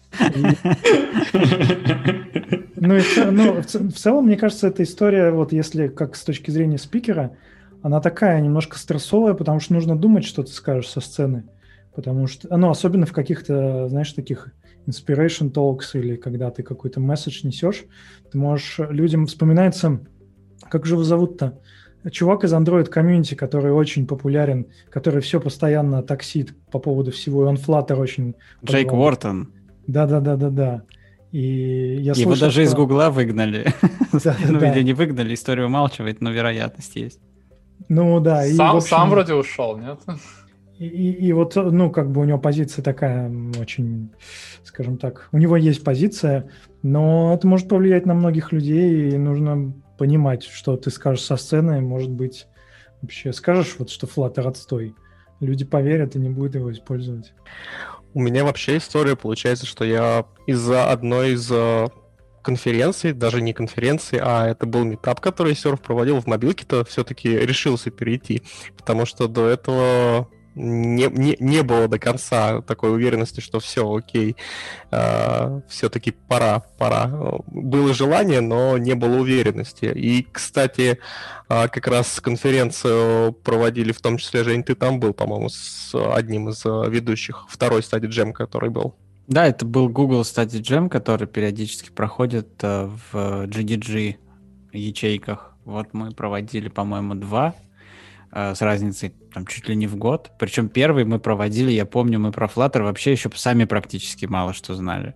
В целом, мне кажется, эта история, вот если как с точки зрения спикера, она такая немножко стрессовая, потому что нужно думать, что ты скажешь со сцены. Потому что, ну, особенно в каких-то, знаешь, таких inspiration talks или когда ты какой-то месседж несешь, ты можешь, людям вспоминается, как же его зовут-то? Чувак из Android Community, который очень популярен, который все постоянно таксит по поводу всего, и он Flutter очень... Джейк Уортон. Да. И я слышал, его даже что... из Гугла выгнали. Ну, или не выгнали, история умалчивает, но вероятность есть. Ну, да. Сам вроде ушел, нет? И вот, ну, как бы у него позиция такая очень, скажем так, у него есть позиция, но это может повлиять на многих людей, и нужно понимать, что ты скажешь со сцены, может быть, вообще скажешь, вот, что Flutter отстой. Люди поверят и не будут его использовать. У меня вообще история получается, что я из-за одной из конференций, даже не конференции, а это был митап, который Серф проводил в мобилке-то, все-таки решился перейти, потому что до этого не было до конца такой уверенности, что все окей, все-таки пора. Было желание, но не было уверенности. И, кстати, как раз конференцию проводили, в том числе, Жень, ты там был, по-моему, с одним из ведущих, второй Study Jam, который был. Да, это был Google Study Jam, который периодически проходит в GDG ячейках. Вот мы проводили, по-моему, 2 с разницей там чуть ли не в год. Причем первый мы проводили, я помню, мы про Flutter вообще еще сами практически мало что знали.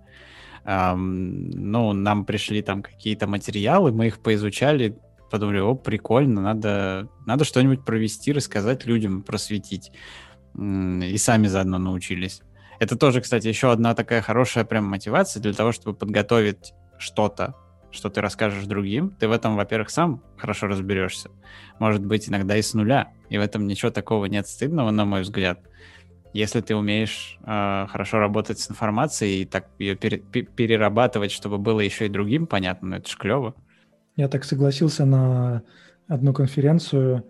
Ну, нам пришли там какие-то материалы, мы их поизучали, подумали, о, прикольно, надо что-нибудь провести, рассказать людям, просветить. И сами заодно научились. Это тоже, кстати, еще одна такая хорошая прям мотивация для того, чтобы подготовить что-то, что ты расскажешь другим. Ты в этом, во-первых, сам хорошо разберешься. Может быть, иногда и с нуля. И в этом ничего такого нет стыдного, на мой взгляд. Если ты умеешь хорошо работать с информацией и так ее перерабатывать, чтобы было еще и другим понятно, ну это ж клево. Я так согласился на одну конференцию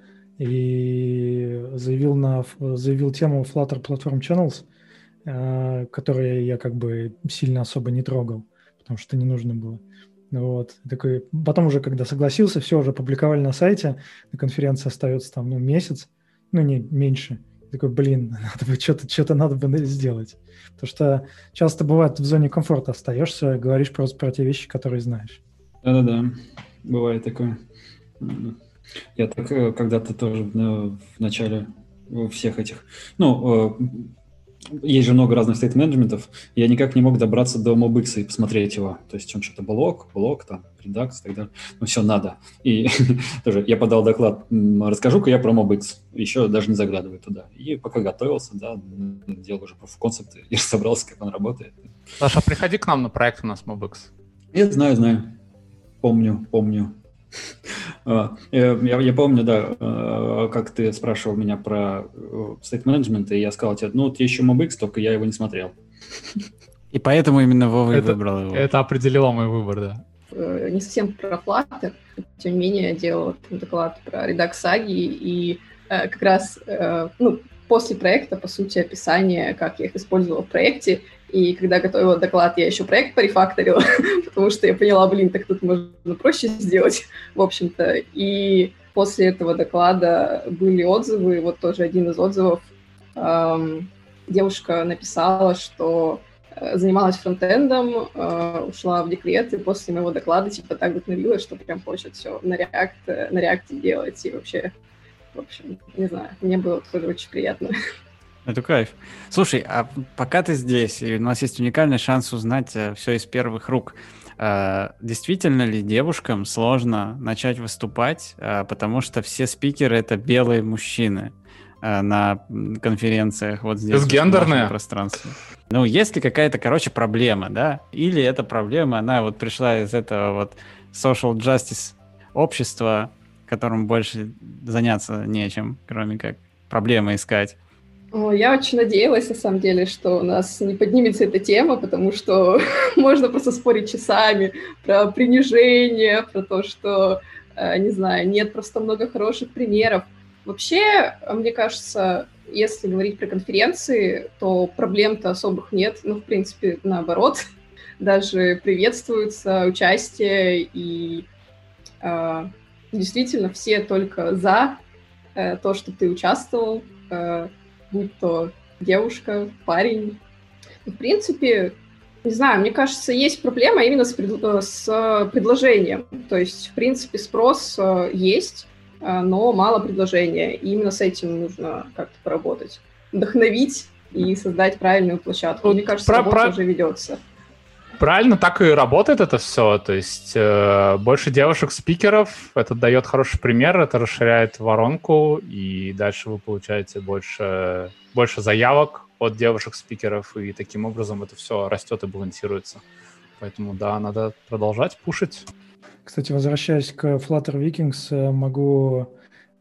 и заявил тему Flutter Platform Channels, которые я как бы сильно особо не трогал, потому что не нужно было. Вот. Такой, потом уже, когда согласился, все уже публиковали на сайте, на конференции остается там, месяц, не меньше. Такой, надо бы что-то надо бы сделать. Потому что часто бывает в зоне комфорта остаешься, говоришь просто про те вещи, которые знаешь. Да, бывает такое. Я так когда-то тоже в начале всех этих... есть же много разных стейт-менеджментов, я никак не мог добраться до MobX и посмотреть его. То есть он что-то блок, там, редакс и так далее. Все надо. И тоже я подал доклад, расскажу-ка я про MobX. Еще даже не заглядываю туда. И пока готовился, делал уже proof of concept и разобрался, как он работает. Саша, приходи к нам на проект у нас MobX. Я знаю. Помню. Я помню, да, как ты спрашивал меня про state management, и я сказал тебе, есть еще MobX, только я его не смотрел. И поэтому именно Вова и Это- выбрал его. Это определило мой выбор, да. Не совсем про Flutter, тем не менее, я делала там доклад про Redux Sagi, и как раз после проекта, по сути, описание, как я их использовала в проекте, и когда готовила доклад, я еще проект порефакторила, потому что я поняла, так тут можно проще сделать, в общем-то. И после этого доклада были отзывы, вот тоже один из отзывов, девушка написала, что занималась фронтендом, ушла в декрет, и после моего доклада так вдохновилась, что прям хочет все на React делать, и вообще, в общем, не знаю, мне было тоже очень приятно. Это кайф. Слушай, а пока ты здесь, и у нас есть уникальный шанс узнать все из первых рук, действительно ли девушкам сложно начать выступать, потому что все спикеры — это белые мужчины на конференциях вот здесь, Безгендерные? в нашем пространстве? Ну, есть ли какая-то, проблема, да? Или эта проблема, она вот пришла из этого вот social justice общества, которым больше заняться нечем, кроме как проблемы искать? Я очень надеялась, на самом деле, что у нас не поднимется эта тема, потому что можно просто спорить часами про принижение, про то, что, не знаю, нет просто много хороших примеров. Вообще, мне кажется, если говорить про конференции, то проблем-то особых нет. В принципе, наоборот, даже приветствуется участие, и действительно все только за то, что ты участвовал, будь то девушка, парень. В принципе, не знаю, мне кажется, есть проблема именно с предложением. То есть, в принципе, спрос есть, но мало предложения. И именно с этим нужно как-то поработать. Вдохновить и создать правильную площадку. Вот мне кажется, работа уже ведется. Правильно, так и работает это все. То есть больше девушек-спикеров, это дает хороший пример, это расширяет воронку, и дальше вы получаете больше заявок от девушек-спикеров, и таким образом это все растет и балансируется. Поэтому, да, надо продолжать пушить. Кстати, возвращаясь к Flutter Vikings, могу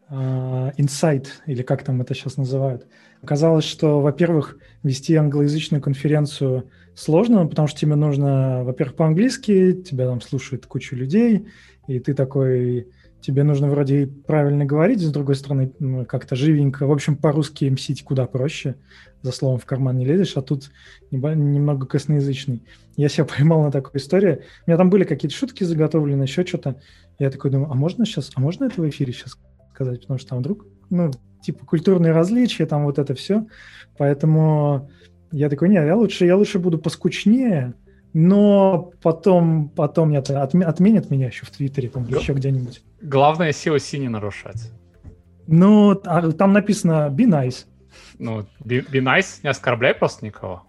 insight, или как там это сейчас называют. Оказалось, что, во-первых, вести англоязычную конференцию сложно, потому что тебе нужно, во-первых, по-английски, тебя там слушает куча людей, и ты такой, тебе нужно вроде правильно говорить, с другой стороны, как-то живенько. В общем, по-русски мсить куда проще, за словом в карман не лезешь, а тут немного косноязычный. Я себя поймал на такой истории. У меня там были какие-то шутки заготовлены, еще что-то. Я такой думаю, а можно это в эфире сейчас сказать? Потому что там вдруг, типа культурные различия, там вот это все. Поэтому я такой, я лучше буду поскучнее, но потом это отменят меня еще в Твиттере, там, еще где-нибудь. Главное COC не нарушать. Там написано be nice. Be nice, не оскорбляй просто никого.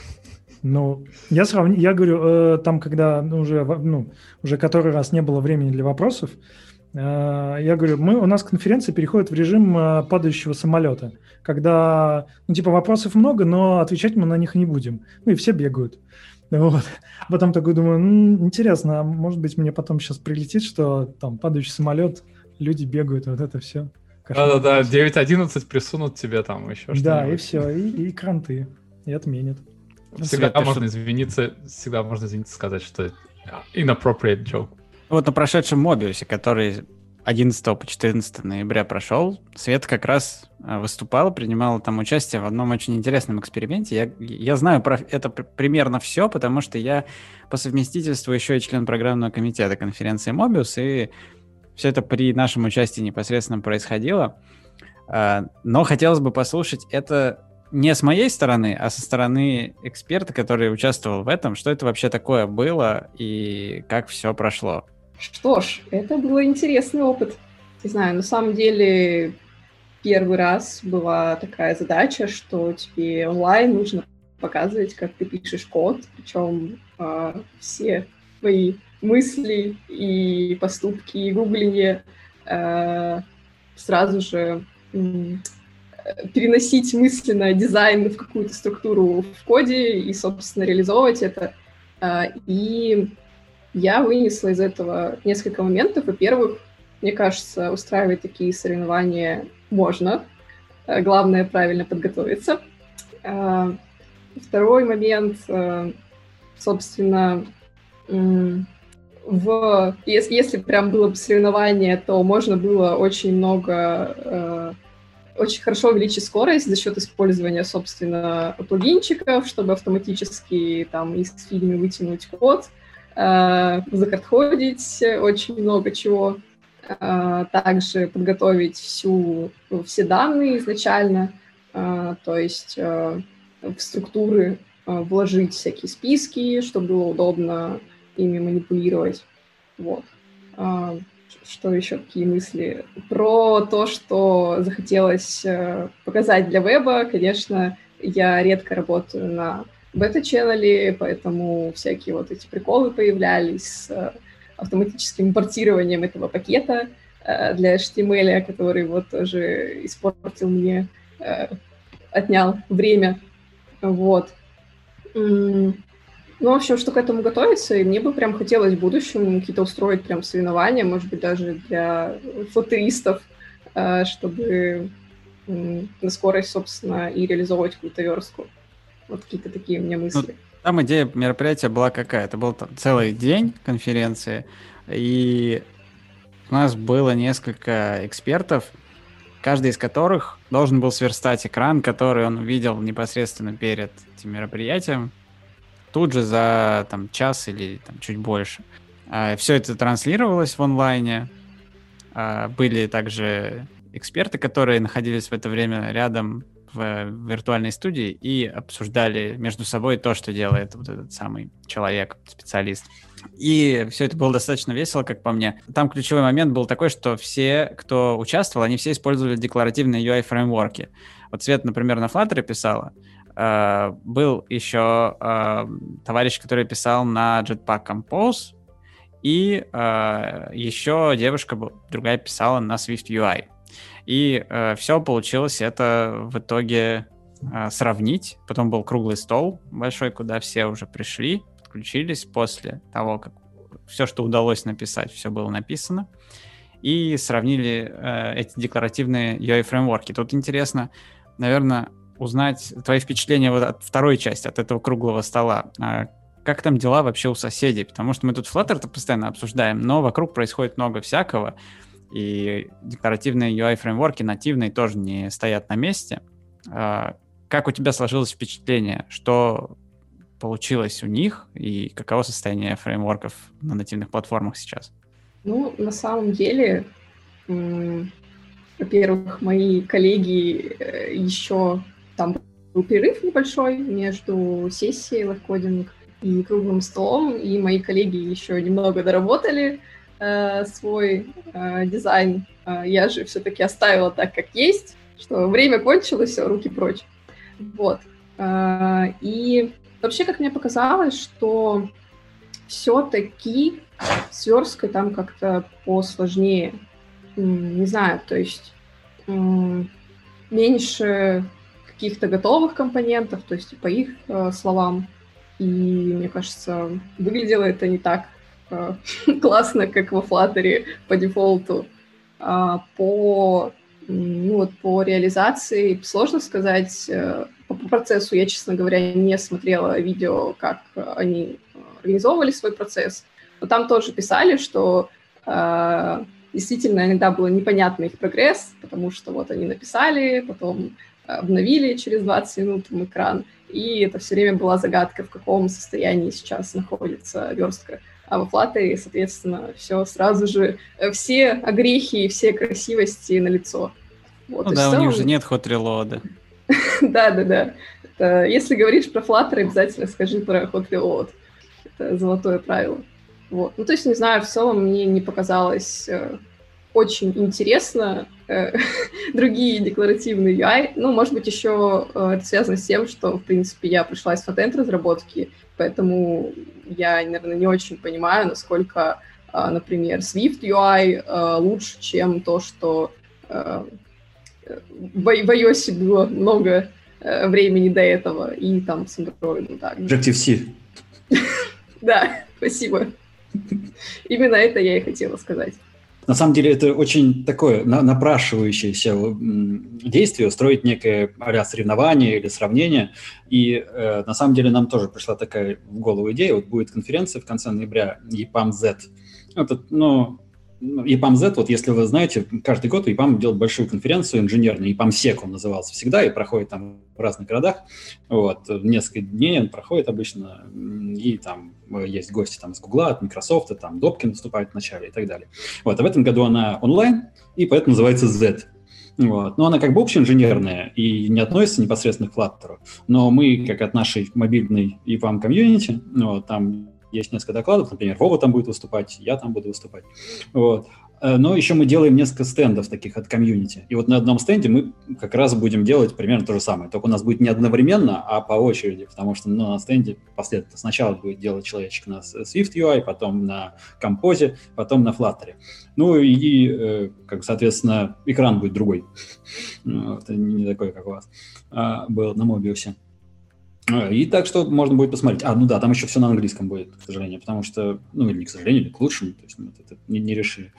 Я говорю, там, когда уже который раз не было времени для вопросов, я говорю, у нас конференция переходит в режим падающего самолета, когда, вопросов много, но отвечать мы на них не будем. И все бегают. Вот. Потом такой думаю, интересно, а может быть мне потом сейчас прилетит, что там падающий самолет, люди бегают, вот это все. Да-да-да, 9.11 присунут тебе там еще что-нибудь. Да, и все, и кранты, и отменят. Всегда можно извиниться, сказать, что inappropriate joke. Вот на прошедшем Мобиусе, который 11 по 14 ноября прошел, Света как раз выступала, принимала там участие в одном очень интересном эксперименте. Я знаю про это примерно все, потому что я по совместительству еще и член программного комитета конференции Мобиус, и все это при нашем участии непосредственно происходило. Но хотелось бы послушать это не с моей стороны, а со стороны эксперта, который участвовал в этом, что это вообще такое было и как все прошло. Что ж, это был интересный опыт. Не знаю, на самом деле первый раз была такая задача, что тебе онлайн нужно показывать, как ты пишешь код, причем все твои мысли и поступки, и гуглинги сразу же переносить мысленно дизайн в какую-то структуру в коде и, собственно, реализовывать это. И я вынесла из этого несколько моментов. Во-первых, мне кажется, устраивать такие соревнования можно. Главное — правильно подготовиться. Второй момент. собственно, если прям было бы соревнование, то можно было очень хорошо увеличить скорость за счет использования, собственно, плагинчиков, чтобы автоматически там из фильма вытянуть код, закодходить очень много чего, также подготовить все данные изначально, то есть в структуры вложить всякие списки, чтобы было удобно ими манипулировать. Вот. Что еще, какие мысли? Про то, что захотелось показать для веба, конечно, я редко работаю на бета-ченнеле, поэтому всякие вот эти приколы появлялись с автоматическим импортированием этого пакета для HTML, который вот тоже испортил мне, отнял время. Вот. Ну, в общем, что к этому готовиться, и мне бы прям хотелось в будущем какие-то устроить прям соревнования, может быть, даже для флоттеристов, чтобы на скорость, собственно, и реализовывать какую-то верстку. Вот какие-то такие у меня мысли. Ну, там идея мероприятия была какая? Это был там целый день конференции, и у нас было несколько экспертов, каждый из которых должен был сверстать экран, который он увидел непосредственно перед этим мероприятием, тут же за там, час или там, чуть больше. Все это транслировалось в онлайне. Были также эксперты, которые находились в это время рядом в виртуальной студии и обсуждали между собой то, что делает вот этот самый человек, специалист. И все это было достаточно весело, как по мне. Там ключевой момент был такой, что все, кто участвовал, они все использовали декларативные UI-фреймворки. Вот Свет, например, на Flutter писала. Был еще товарищ, который писал на Jetpack Compose, и еще девушка другая писала на Swift UI. И все получилось это в итоге сравнить. Потом был круглый стол большой, куда все уже пришли, подключились после того, как все, что удалось написать, все было написано. И сравнили эти декларативные UI-фреймворки. Тут интересно, наверное, узнать твои впечатления вот от второй части, от этого круглого стола. Как там дела вообще у соседей? Потому что мы тут Flutter-то постоянно обсуждаем, но вокруг происходит много всякого, и декларативные UI-фреймворки нативные тоже не стоят на месте. Как у тебя сложилось впечатление? Что получилось у них, и каково состояние фреймворков на нативных платформах сейчас? Ну, на самом деле, во-первых, мои коллеги еще... Там был перерыв небольшой между сессией LiveCoding и круглым столом, и мои коллеги еще немного доработали свой дизайн. Я же все-таки оставила так, как есть, что время кончилось, все, руки прочь. Вот. И вообще, как мне показалось, что все-таки с версткой там как-то посложнее. Не знаю, то есть меньше каких-то готовых компонентов, то есть по их словам. И, мне кажется, выглядело это не так классно, как во Flutter по дефолту. По реализации сложно сказать. По процессу я, честно говоря, не смотрела видео, как они организовывали свой процесс. Но там тоже писали, что действительно иногда было непонятно их прогресс, потому что вот они написали, потом обновили через 20 минут экран, и это все время была загадка, в каком состоянии сейчас находится верстка. А во Flutter, соответственно, все сразу же, все огрехи и все красивости налицо. Вот, ну да, у них же нет hot reload. Да. Если говоришь про Flutter, обязательно скажи про hot reload. Это золотое правило. Вот. Ну, то есть, не знаю, в целом мне не показалось очень интересно другие декларативные UI. Ну, может быть, еще это связано с тем, что, в принципе, я пришла из фронтенд-разработки, поэтому я, наверное, не очень понимаю, насколько, например, Swift UI лучше, чем то, что в iOS было много времени до этого, и там с Android также. Objective-C. Да, спасибо. Именно это я и хотела сказать. На самом деле это очень такое напрашивающееся действие, устроить некое а-ля соревнование или сравнение. И на самом деле нам тоже пришла такая в голову идея. Вот будет конференция в конце ноября EPAM-Z. EPAM-Z, вот если вы знаете, каждый год EPAM делает большую конференцию инженерную, EPAM-SEC он назывался всегда, и проходит там в разных городах. Вот, несколько дней он проходит обычно, и там есть гости там с Гугла, от Microsoft, там Добкин выступает в начале и так далее. Вот, а в этом году она онлайн, и поэтому называется Z. Вот. Но она как бы общеинженерная и не относится непосредственно к Flutter. Но мы, как от нашей мобильной EPAM комьюнити, вот, там есть несколько докладов, например, Вова там будет выступать, я там буду выступать. Вот. Но еще мы делаем несколько стендов таких от комьюнити. И вот на одном стенде мы как раз будем делать примерно то же самое. Только у нас будет не одновременно, а по очереди, потому что на стенде последовательно сначала будет делать человечек на Swift UI, потом на Compose, потом на Flutter. Ну и, соответственно, экран будет другой. Это не такой, как у вас был на Mobius. И так что можно будет посмотреть. Там еще все на английском будет, к сожалению, потому что, или не к сожалению, или к лучшему, то есть мы это не решили.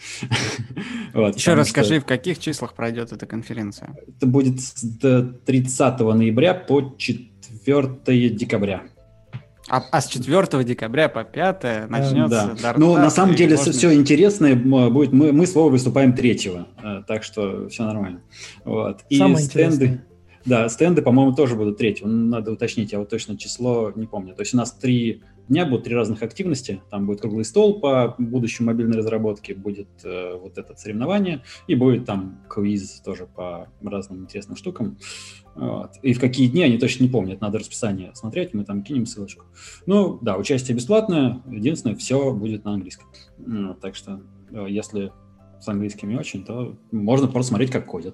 Еще раз скажи, в каких числах пройдет эта конференция? Это будет с 30 ноября по 4 декабря. А с 4 декабря по 5 начнется... Да. На самом деле все интересное будет. Мы с Вовой выступаем 3-го, так что все нормально. Вот. И самое стенды... интересное. Да, стенды, по-моему, тоже будут 3-го. Надо уточнить, я вот точно число не помню. То есть у нас 3 дня будут 3 разных активности. Там будет круглый стол по будущей мобильной разработке, будет вот это соревнование, и будет там квиз тоже по разным интересным штукам. Вот. И в какие дни, они точно не помнят. Надо расписание смотреть, мы там кинем ссылочку. Участие бесплатное. Единственное, все будет на английском. Так что, если с английским не очень, то можно просто смотреть, как кодят.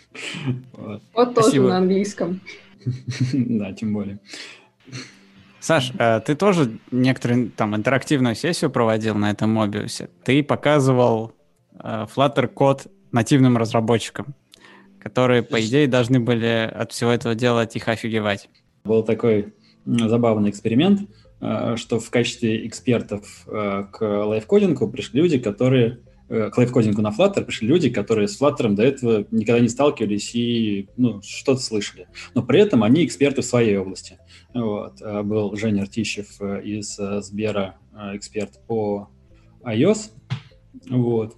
Вот тоже на английском. Да, тем более. Саш, ты тоже некоторую там интерактивную сессию проводил на этом Mobius. Ты показывал Flutter код нативным разработчикам, которые, по идее, должны были от всего этого дела тихо офигевать. Был такой забавный эксперимент, что в качестве экспертов к лайфкодингу пришли люди, которые... К лайфкодингу на Flutter пришли люди, которые с Flutter до этого никогда не сталкивались и что-то слышали. Но при этом они эксперты в своей области. Вот. Был Женя Артищев из Сбера, эксперт по iOS. Вот.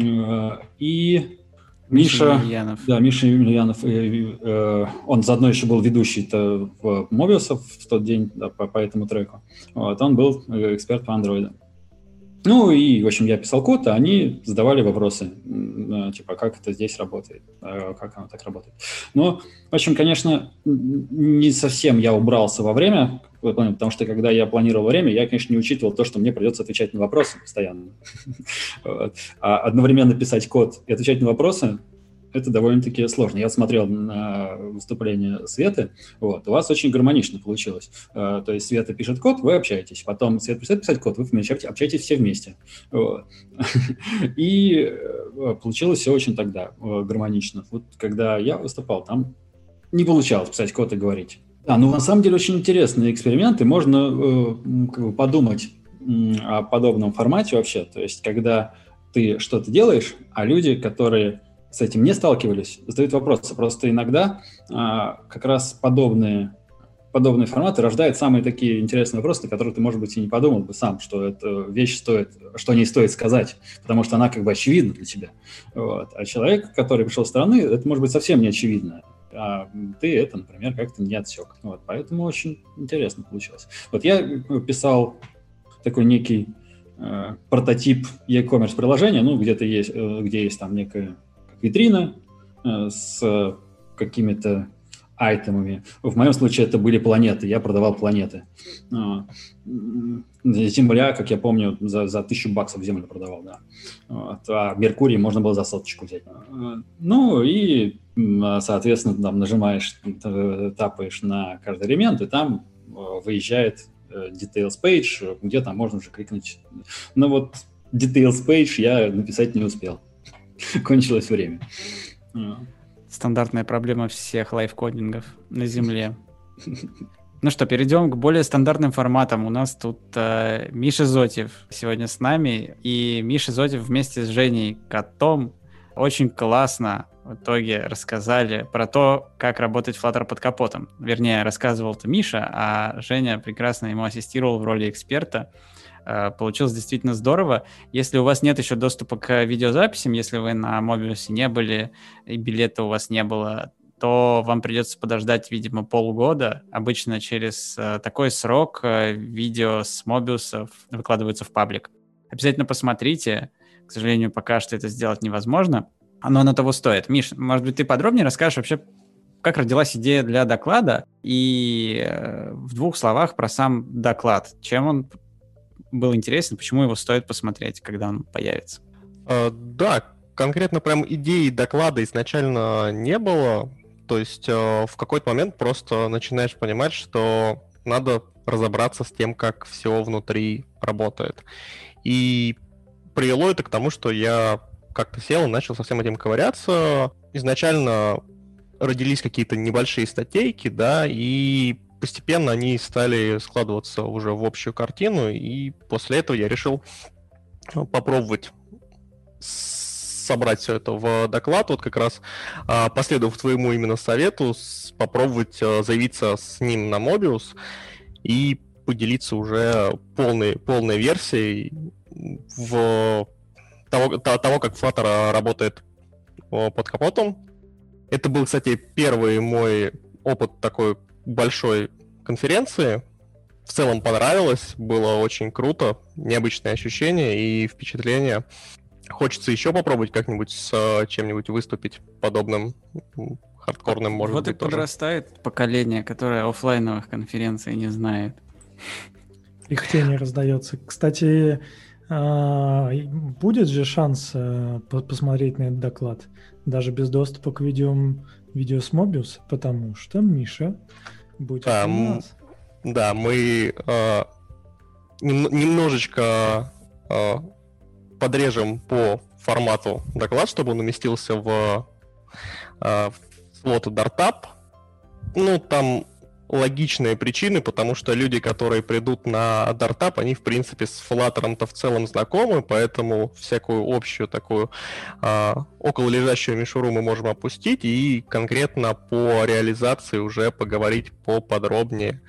И Миша Емельянов. Да, Миша Емельянов. Он заодно еще был ведущий-то в Mobius в тот день, да, по этому треку. Вот. Он был эксперт по Android. В общем, я писал код, а они задавали вопросы, типа, как это здесь работает, как оно так работает. В общем, конечно, не совсем я убрался во время, потому что, когда я планировал время, я, конечно, не учитывал то, что мне придется отвечать на вопросы постоянно. А одновременно писать код и отвечать на вопросы — это довольно-таки сложно. Я смотрел на выступление Светы, у вас очень гармонично получилось. То есть Света пишет код, вы общаетесь, потом Света придет писать код, вы общаетесь все вместе. Вот. И получилось все очень тогда гармонично. Вот когда я выступал, там не получалось писать код и говорить. На самом деле очень интересные эксперименты, можно подумать о подобном формате вообще. То есть когда ты что-то делаешь, а люди, которые с этим не сталкивались, задают вопросы. Просто иногда как раз подобные форматы рождают самые такие интересные вопросы, на которые ты, может быть, и не подумал бы сам, что эта вещь стоит, что о ней стоит сказать, потому что она как бы очевидна для тебя. Вот. А человек, который пришел со стороны, это может быть совсем не очевидно. А ты это, например, как-то не отсек. Вот. Поэтому очень интересно получилось. Вот я писал такой некий прототип e-commerce приложения, где есть там некая витрина с какими-то айтемами. В моем случае это были планеты, я продавал планеты. Земля, как я помню, за $1000 землю продавал, да. Вот. А Меркурий можно было за 100 взять. И, соответственно, там нажимаешь, тапаешь на каждый элемент, и там выезжает Details Page, где там можно уже кликнуть. Details Page я написать не успел. Кончилось время. Стандартная проблема всех лайфкодингов на Земле. Ну что, перейдем к более стандартным форматам. У нас тут Миша Зотьев сегодня с нами. И Миша Зотьев вместе с Женей Котом очень классно в итоге рассказали про то, как работать Flutter под капотом. Вернее, рассказывал-то Миша, а Женя прекрасно ему ассистировал в роли эксперта. Получилось действительно здорово. Если у вас нет еще доступа к видеозаписям, если вы на Mobius не были и билета у вас не было, то вам придется подождать, видимо, полгода. Обычно через такой срок видео с Mobius выкладываются в паблик. Обязательно посмотрите. К сожалению, пока что это сделать невозможно. Оно того стоит. Миш, может быть, ты подробнее расскажешь вообще, как родилась идея для доклада и в 2 словах про сам доклад. Чем он был интересен, почему его стоит посмотреть, когда он появится? Да, конкретно прям идеи доклада изначально не было. То есть в какой-то момент просто начинаешь понимать, что надо разобраться с тем, как все внутри работает. И привело это к тому, что я как-то сел и начал со всем этим ковыряться. Изначально родились какие-то небольшие статейки, да, и постепенно они стали складываться уже в общую картину, и после этого я решил попробовать собрать все это в доклад, вот как раз последовав твоему именно совету, попробовать заявиться с ним на Mobius и поделиться уже полной версией того, как Flutter работает под капотом. Это был, кстати, первый мой опыт такой большой конференции. В целом понравилось, было очень круто, необычное ощущение и впечатление. Хочется еще попробовать как-нибудь с чем-нибудь выступить подобным, хардкорным, может быть, Вот и подрастает поколение, которое офлайновых конференций не знает. Пихтение раздается. Кстати, будет же шанс посмотреть на этот доклад, даже без доступа к видео с Mobius, потому что Миша будет у нас. Да, мы немножечко подрежем по формату доклад, чтобы он уместился в слот Dart-Up. Ну, там логичные причины, потому что люди, которые придут на Dart-Up, они, в принципе, с Flutter-то в целом знакомы, поэтому всякую общую такую окололежащую мишуру мы можем опустить и конкретно по реализации уже поговорить поподробнее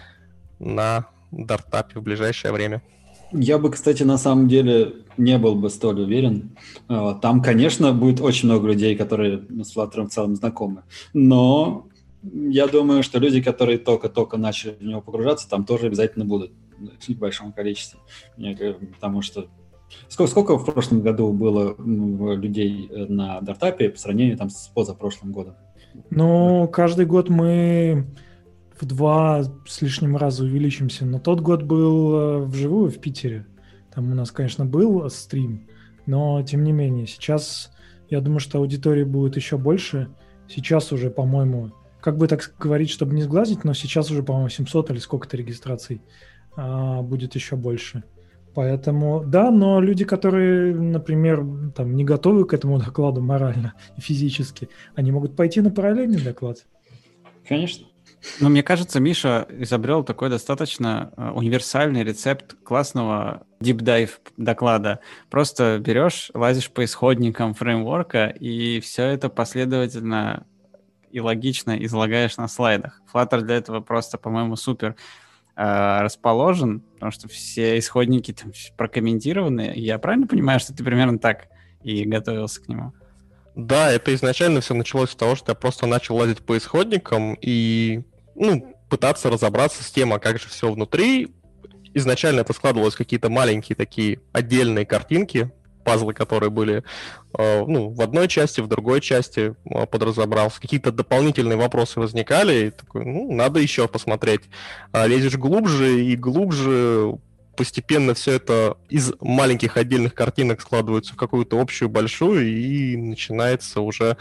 на Dart-Up в ближайшее время. Я бы, кстати, на самом деле не был бы столь уверен. Там, конечно, будет очень много людей, которые с Flutter в целом знакомы. Но я думаю, что люди, которые только-только начали в него погружаться, там тоже обязательно будут в большом количестве. Потому что сколько в прошлом году было людей на Dart-Up по сравнению там, с позапрошлым годом? Ну, каждый год мы в 2 с лишним раза увеличимся. Но тот год был вживую в Питере. Там у нас, конечно, был стрим, но тем не менее. Сейчас, я думаю, что аудитории будет еще больше. Сейчас уже, по-моему, как бы так говорить, чтобы не сглазить, но сейчас уже, по-моему, 700 или сколько-то регистраций будет еще больше. Поэтому, да, но люди, которые, например, там, не готовы к этому докладу морально и физически, они могут пойти на параллельный доклад. Конечно. Но мне кажется, Миша изобрел такой достаточно универсальный рецепт классного дип-дайв доклада. Просто берешь, лазишь по исходникам фреймворка и все это последовательно и логично излагаешь на слайдах. Flutter для этого просто, по-моему, супер расположен, потому что все исходники там прокомментированы. Я правильно понимаю, что ты примерно так и готовился к нему? Да, это изначально все началось с того, что я просто начал лазить по исходникам и пытаться разобраться с тем, а как же все внутри. Изначально это складывалось в какие-то маленькие такие отдельные картинки, пазлы, которые были в одной части, в другой части подразобрался. Какие-то дополнительные вопросы возникали, и такой, надо еще посмотреть. Лезешь глубже и глубже, постепенно все это из маленьких отдельных картинок складывается в какую-то общую большую, и начинается уже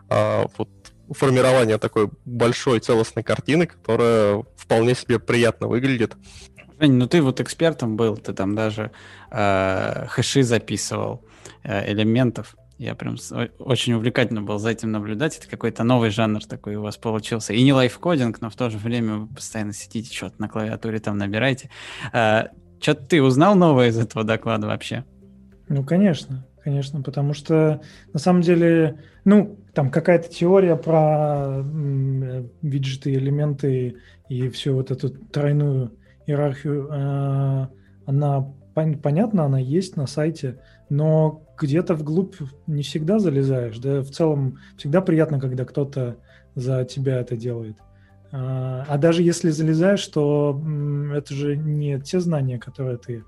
формирование такой большой целостной картины, которая вполне себе приятно выглядит. Жень, ты вот экспертом был, ты там даже хэши записывал элементов. Я прям очень увлекательно был за этим наблюдать. Это какой-то новый жанр такой у вас получился. И не лайфкодинг, но в то же время вы постоянно сидите, что-то на клавиатуре там набираете. Что-то ты узнал новое из этого доклада вообще? Ну, конечно, потому что на самом деле, там какая-то теория про виджеты, элементы и всю вот эту тройную иерархию, она понятна, она есть на сайте, но где-то вглубь не всегда залезаешь, да, в целом всегда приятно, когда кто-то за тебя это делает. А даже если залезаешь, то это же не те знания, которые ты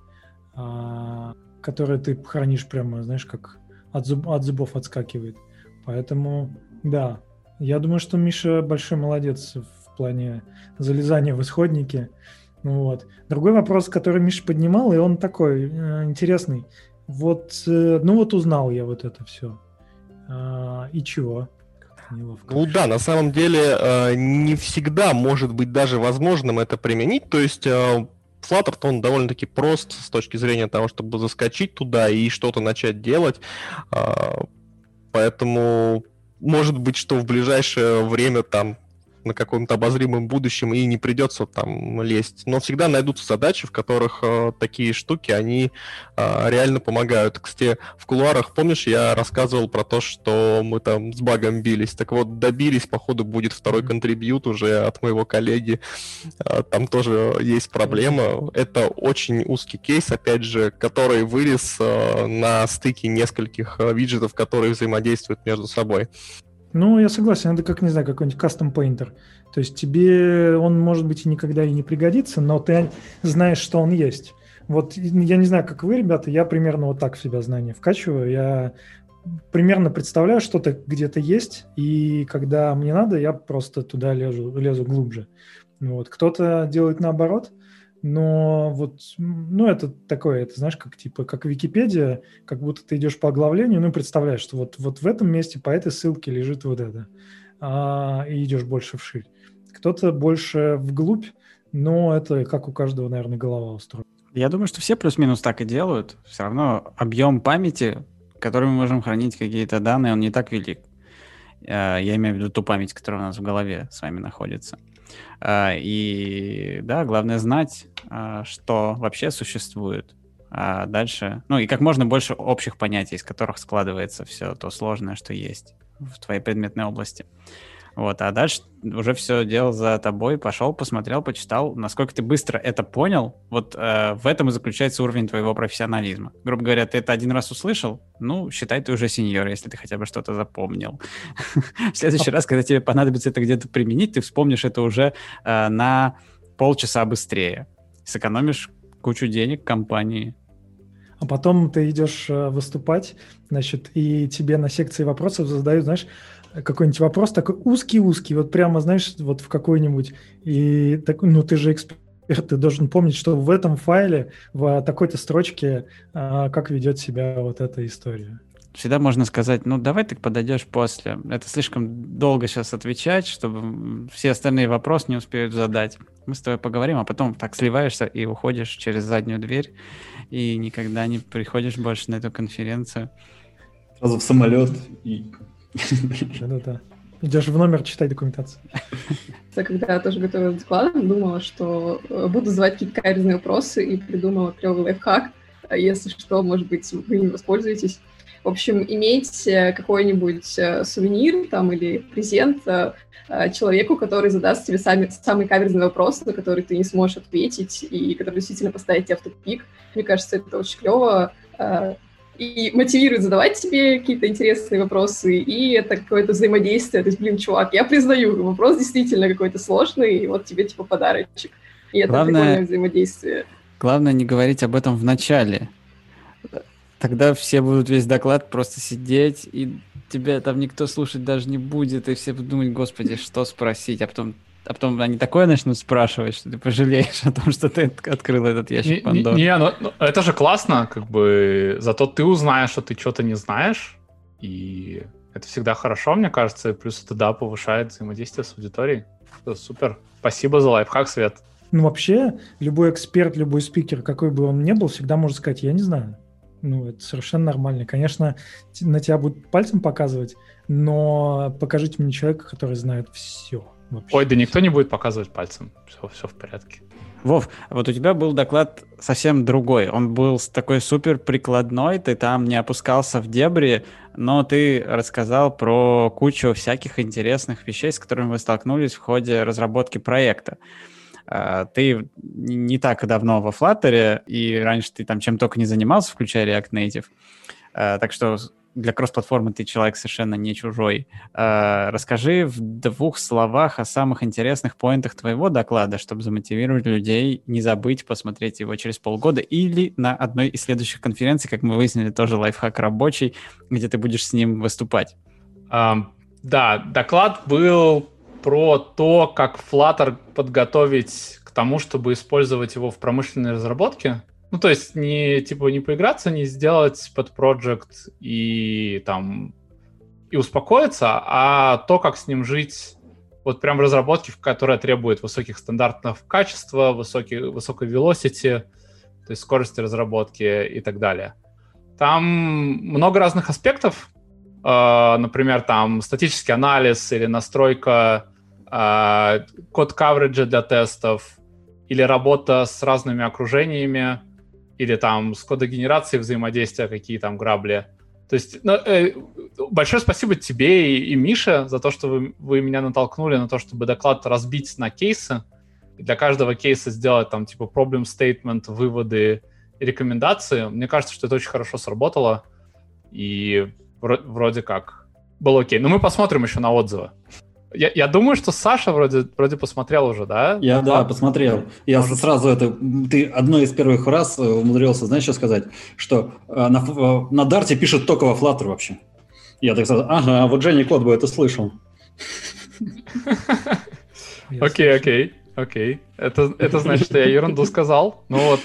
хранишь прямо, знаешь, как от зубов отскакивает. Поэтому, да, я думаю, что Миша большой молодец в плане залезания в исходники. Вот. Другой вопрос, который Миша поднимал, и он такой интересный. Вот узнал я вот это все. И чего? Как-то неловко. Ну да, на самом деле не всегда может быть даже возможным это применить. То есть Flutter, он довольно-таки прост с точки зрения того, чтобы заскочить туда и что-то начать делать. Поэтому может быть, что в ближайшее время там на каком-то обозримом будущем и не придется там лезть. Но всегда найдутся задачи, в которых такие штуки, они реально помогают. Кстати, в кулуарах, помнишь, я рассказывал про то, что мы там с багом бились. Так вот, добились, походу, будет второй контрибьют уже от моего коллеги. Там тоже есть проблема. Это очень узкий кейс, опять же, который вылез на стыке нескольких виджетов, которые взаимодействуют между собой. Ну, я согласен, это как, не знаю, какой-нибудь custom painter. То есть тебе он, может быть, и никогда и не пригодится, но ты знаешь, что он есть. Вот я не знаю, как вы, ребята, я примерно вот так в себя знания вкачиваю. Я примерно представляю, что-то где-то есть, и когда мне надо, я просто туда лезу глубже. Вот. Кто-то делает наоборот, но вот, это такое, это знаешь, как Википедия, как будто ты идешь по оглавлению, представляешь, что вот в этом месте по этой ссылке лежит вот это, и идешь больше вширь. Кто-то больше вглубь, но это как у каждого, наверное, голова устроена. Я думаю, что все плюс-минус так и делают. Все равно объем памяти, который мы можем хранить какие-то данные, он не так велик. Я имею в виду ту память, которая у нас в голове с вами находится. И да, главное знать, что вообще существует. А дальше, и как можно больше общих понятий, из которых складывается все то сложное, что есть в твоей предметной области. Вот, а дальше уже все делал за тобой, пошел, посмотрел, почитал, насколько ты быстро это понял. Вот в этом и заключается уровень твоего профессионализма. Грубо говоря, ты это один раз услышал, считай, ты уже сеньор, если ты хотя бы что-то запомнил. В следующий раз, когда тебе понадобится это где-то применить, ты вспомнишь это уже на полчаса быстрее. Сэкономишь кучу денег компании. А потом ты идешь выступать, и тебе на секции вопросов задают, знаешь, какой-нибудь вопрос такой узкий-узкий, вот прямо, знаешь, вот в какой-нибудь, и так, ты же эксперт, ты должен помнить, что в этом файле, в такой-то строчке, как ведет себя вот эта история. Всегда можно сказать, давай ты подойдешь после. Это слишком долго сейчас отвечать, чтобы все остальные вопросы не успеют задать. Мы с тобой поговорим, а потом так сливаешься и уходишь через заднюю дверь, и никогда не приходишь больше на эту конференцию. Сразу в самолет и... Да-да-да. Идешь в номер, читай документацию. Когда я тоже готовилась к докладам, думала, что буду задавать какие-то каверзные вопросы и придумала клевый лайфхак. Если что, может быть, вы им воспользуетесь. В общем, иметь какой-нибудь сувенир там, или презент человеку, который задаст тебе самый каверзный вопрос, на который ты не сможешь ответить, и который действительно поставит тебя в тупик. Мне кажется, это очень клево. И мотивирует задавать тебе какие-то интересные вопросы, и это какое-то взаимодействие. То есть, чувак, я признаю, вопрос действительно какой-то сложный, и вот тебе подарочек. И это прикольное взаимодействие. Главное не говорить об этом в начале. Тогда все будут весь доклад просто сидеть, и тебя там никто слушать даже не будет, и все будут думать, господи, что спросить, а потом они такое начнут спрашивать, что ты пожалеешь о том, что ты открыл этот ящик Пандоры. Это же классно, зато ты узнаешь, что ты что-то не знаешь, и это всегда хорошо, мне кажется, и плюс это, да, повышает взаимодействие с аудиторией. Это супер. Спасибо за лайфхак, Свет. Вообще, любой эксперт, любой спикер, какой бы он ни был, всегда может сказать, я не знаю. Ну, это совершенно нормально. Конечно, на тебя будут пальцем показывать, но покажите мне человека, который знает все вообще. Ой, да никто не будет показывать пальцем. Все в порядке. Вов, вот у тебя был доклад совсем другой. Он был такой супер прикладной, ты там не опускался в дебри, но ты рассказал про кучу всяких интересных вещей, с которыми вы столкнулись в ходе разработки проекта. Ты не так давно во Flutter, и раньше ты там чем только не занимался, включая React Native. Так что для кросс-платформы ты человек совершенно не чужой. Расскажи в 2 словах о самых интересных поинтах твоего доклада, чтобы замотивировать людей не забыть посмотреть его через полгода или на одной из следующих конференций, как мы выяснили, тоже лайфхак рабочий, где ты будешь с ним выступать. Да, доклад был про то, как Flutter подготовить к тому, чтобы использовать его в промышленной разработке. Ну, то есть не поиграться, не сделать под проект и успокоиться, а то, как с ним жить, вот прям разработки, которая требует высоких стандартов качества, высокой velocity, то есть скорости разработки и так далее. Там много разных аспектов, например, там статический анализ или настройка код-кавреджа для тестов, или работа с разными окружениями, или там с кодогенерацией взаимодействия, какие там грабли. То есть большое спасибо тебе и Мише за то, что вы меня натолкнули на то, чтобы доклад разбить на кейсы. И для каждого кейса сделать там типа problem statement, выводы и рекомендации. Мне кажется, что это очень хорошо сработало. И вроде как было окей. Но мы посмотрим еще на отзывы. Я думаю, что Саша вроде посмотрел уже, да? Да, посмотрел. Я сразу ты одной из первых раз умудрился, знаешь, что сказать? Что на Дарте пишут только во Flutter вообще. Я так сразу, вот Женя Кот бы это слышал. Окей. Это значит, что я ерунду сказал. Ну вот.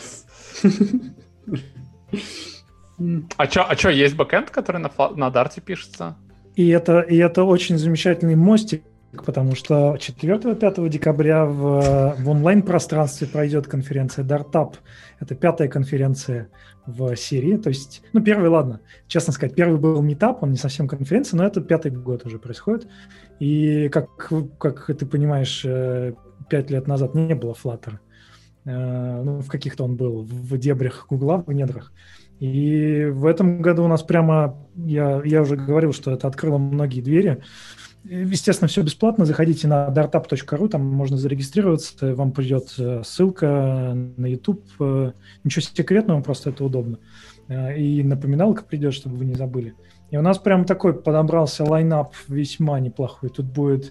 А что, есть бэкэнд, который на Дарте пишется? И это очень замечательный мостик, потому что 4-5 декабря в онлайн-пространстве пройдет конференция DartUp. Это 5-я конференция в серии. То есть, первый, ладно, честно сказать, первый был Meetup, он не совсем конференция, но это 5-й год уже происходит. И, как ты понимаешь, 5 лет назад не было Flutter. В каких-то он был в дебрях Гугла, в недрах. И в этом году у нас прямо, я уже говорил, что это открыло многие двери. Естественно, все бесплатно. Заходите на dartup.ru, там можно зарегистрироваться, вам придет ссылка на YouTube. Ничего секретного, просто это удобно. И напоминалка придет, чтобы вы не забыли. И у нас прям такой подобрался лайнап весьма неплохой. Тут будет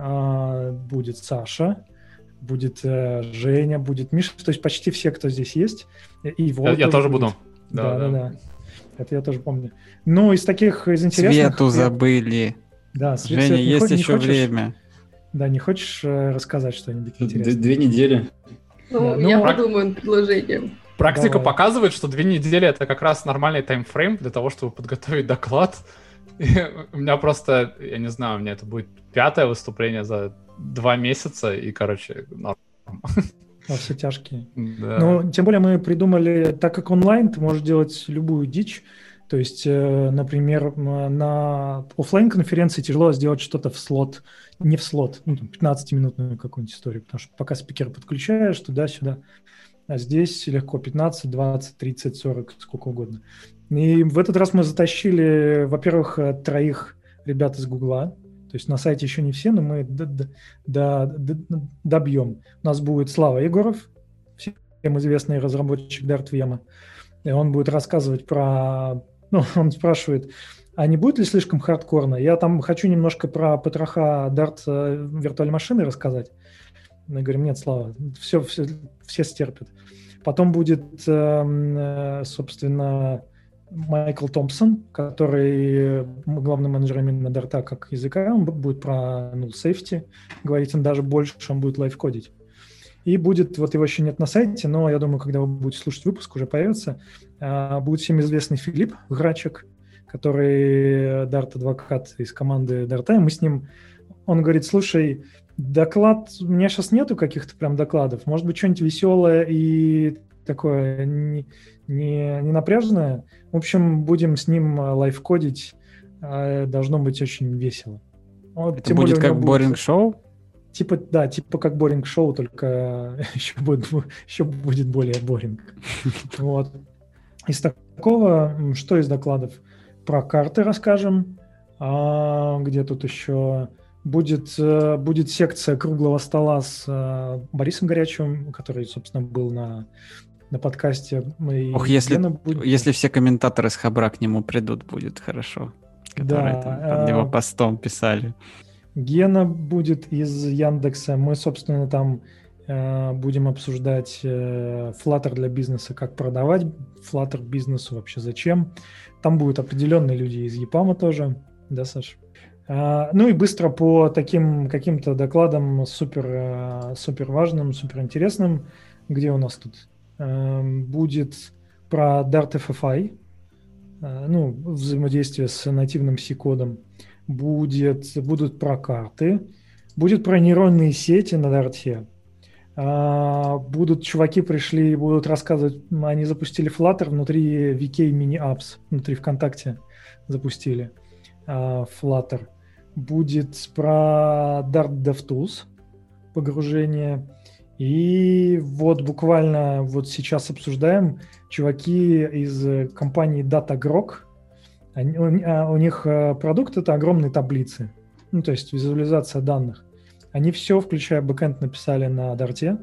Саша, будет Женя, будет Миша, то есть почти все, кто здесь есть. И я тоже буду. Да. Это я тоже помню. Из интересных... Свету забыли. Да, Женя, есть еще время. Да, не хочешь рассказать что-нибудь интересное? 2 недели. Я подумаю над предложением. Практика показывает, что 2 недели — это как раз нормальный таймфрейм для того, чтобы подготовить доклад. И у меня просто, я не знаю, у меня это будет 5-е выступление за 2 месяца, и, норм. Во все тяжкие. Да. Тем более мы придумали, так как онлайн, ты можешь делать любую дичь. То есть, например, на офлайн-конференции тяжело сделать что-то в слот, не в слот, 15-минутную какую-нибудь историю, потому что пока спикер подключаешь туда-сюда, а здесь легко 15, 20, 30, 40, сколько угодно. И в этот раз мы затащили, во-первых, 3 ребят из Гугла, то есть на сайте еще не все, но мы добьем. У нас будет Слава Егоров, всем известный разработчик DartVM, и он будет рассказывать про... он спрашивает, а не будет ли слишком хардкорно? Я там хочу немножко про потроха Dart виртуальной машины рассказать. Мы говорим, нет, Слава, все стерпят. Потом будет, собственно, Майкл Томпсон, который главный менеджер именно Dart как языка. Он будет про null safety говорить, он даже больше, он будет лайфкодить. И будет, его еще нет на сайте, но я думаю, когда вы будете слушать выпуск, уже появится, будет всем известный Филипп Грачек, который Dart-адвокат из команды Dart. Мы с ним, он говорит, слушай, доклад, у меня сейчас нету каких-то прям докладов, может быть, что-нибудь веселое и такое не напряжное. В общем, будем с ним лайфкодить. Должно быть очень весело. Вот, это будет как боринг-шоу? Типа как боринг-шоу, только еще будет более боринг. Вот. Из такого, что из докладов? Про карты расскажем. Где тут еще... Будет секция круглого стола с Борисом Горячевым, который, собственно, был на подкасте. Если все комментаторы с Хабра к нему придут, будет хорошо. Которые там под его постом писали. Гена будет из Яндекса. Мы, собственно, там будем обсуждать Flutter для бизнеса, как продавать Flutter бизнесу, вообще зачем. Там будут определенные люди из EPAM тоже. Да, Саш? Ну и быстро по таким каким-то докладам супер важным, супер интересным. Где у нас тут? Будет про Dart FFI, взаимодействие с нативным C-кодом. Будут про карты. Будет про нейронные сети на Dart. Будут чуваки пришли и будут рассказывать, они запустили Flutter внутри VK Mini Apps, внутри ВКонтакте запустили Flutter. Будет про Dart DevTools, погружение. И вот буквально вот сейчас обсуждаем чуваки из компании DataGrok. У них продукт — это огромные таблицы, то есть визуализация данных. Они все, включая бэкэнд, написали на Dart.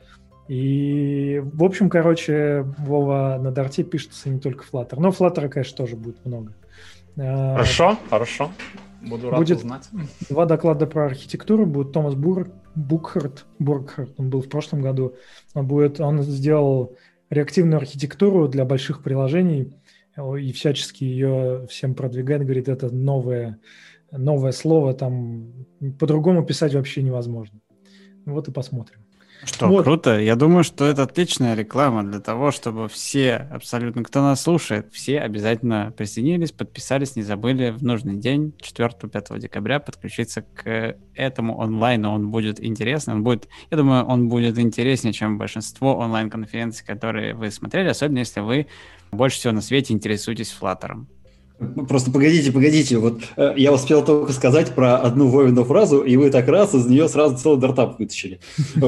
И, в общем, Вова, на Dart пишется не только Flutter. Но Flutter, конечно, тоже будет много. Хорошо. Буду рад узнать. 2 доклада про архитектуру. Будет Томас Буркхарт, он был в прошлом году. Он сделал реактивную архитектуру для больших приложений и всячески ее всем продвигает. Говорит, это новое слово, там по-другому писать вообще невозможно. Вот и посмотрим. Что, вот. Круто. Я думаю, что это отличная реклама для того, чтобы все, абсолютно, кто нас слушает, все обязательно присоединились, подписались, не забыли в нужный день, 4-5 декабря, подключиться к этому онлайну. Он будет интересный. Я думаю, он будет интереснее, чем большинство онлайн-конференций, которые вы смотрели, особенно если вы больше всего на свете интересуетесь Flutter. Просто погодите, вот я успел только сказать про одну Вовину фразу, и вы так раз из нее сразу целый дартап вытащили.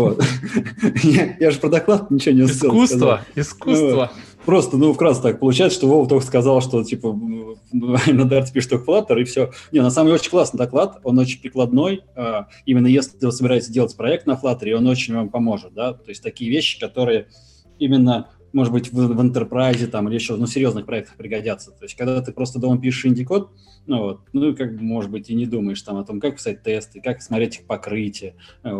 Я же про доклад ничего не успел сказать. Искусство. Просто, вкратце так получается, что Вова только сказал, что типа на Dart пишет только Flutter, и все. На самом деле очень классный доклад, он очень прикладной, именно если вы собираетесь делать проект на Flutter, он очень вам поможет, да, то есть такие вещи, которые именно... может быть, в Enterprise там, или еще серьезных проектах пригодятся. То есть, когда ты просто дома пишешь инди-код, может быть, и не думаешь там о том, как писать тесты, как смотреть их покрытие,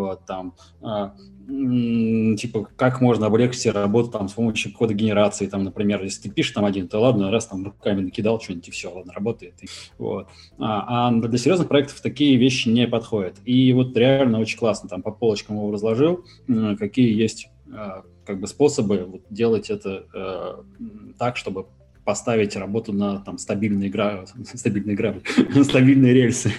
как можно облегчить работу там, с помощью кода генерации, там, например, если ты пишешь там один, то ладно, раз там руками накидал что-нибудь, и все, ладно, работает. А для серьезных проектов такие вещи не подходят. И вот реально очень классно там по полочкам его разложил, какие есть способы делать это так, чтобы поставить работу на там, стабильные рельсы.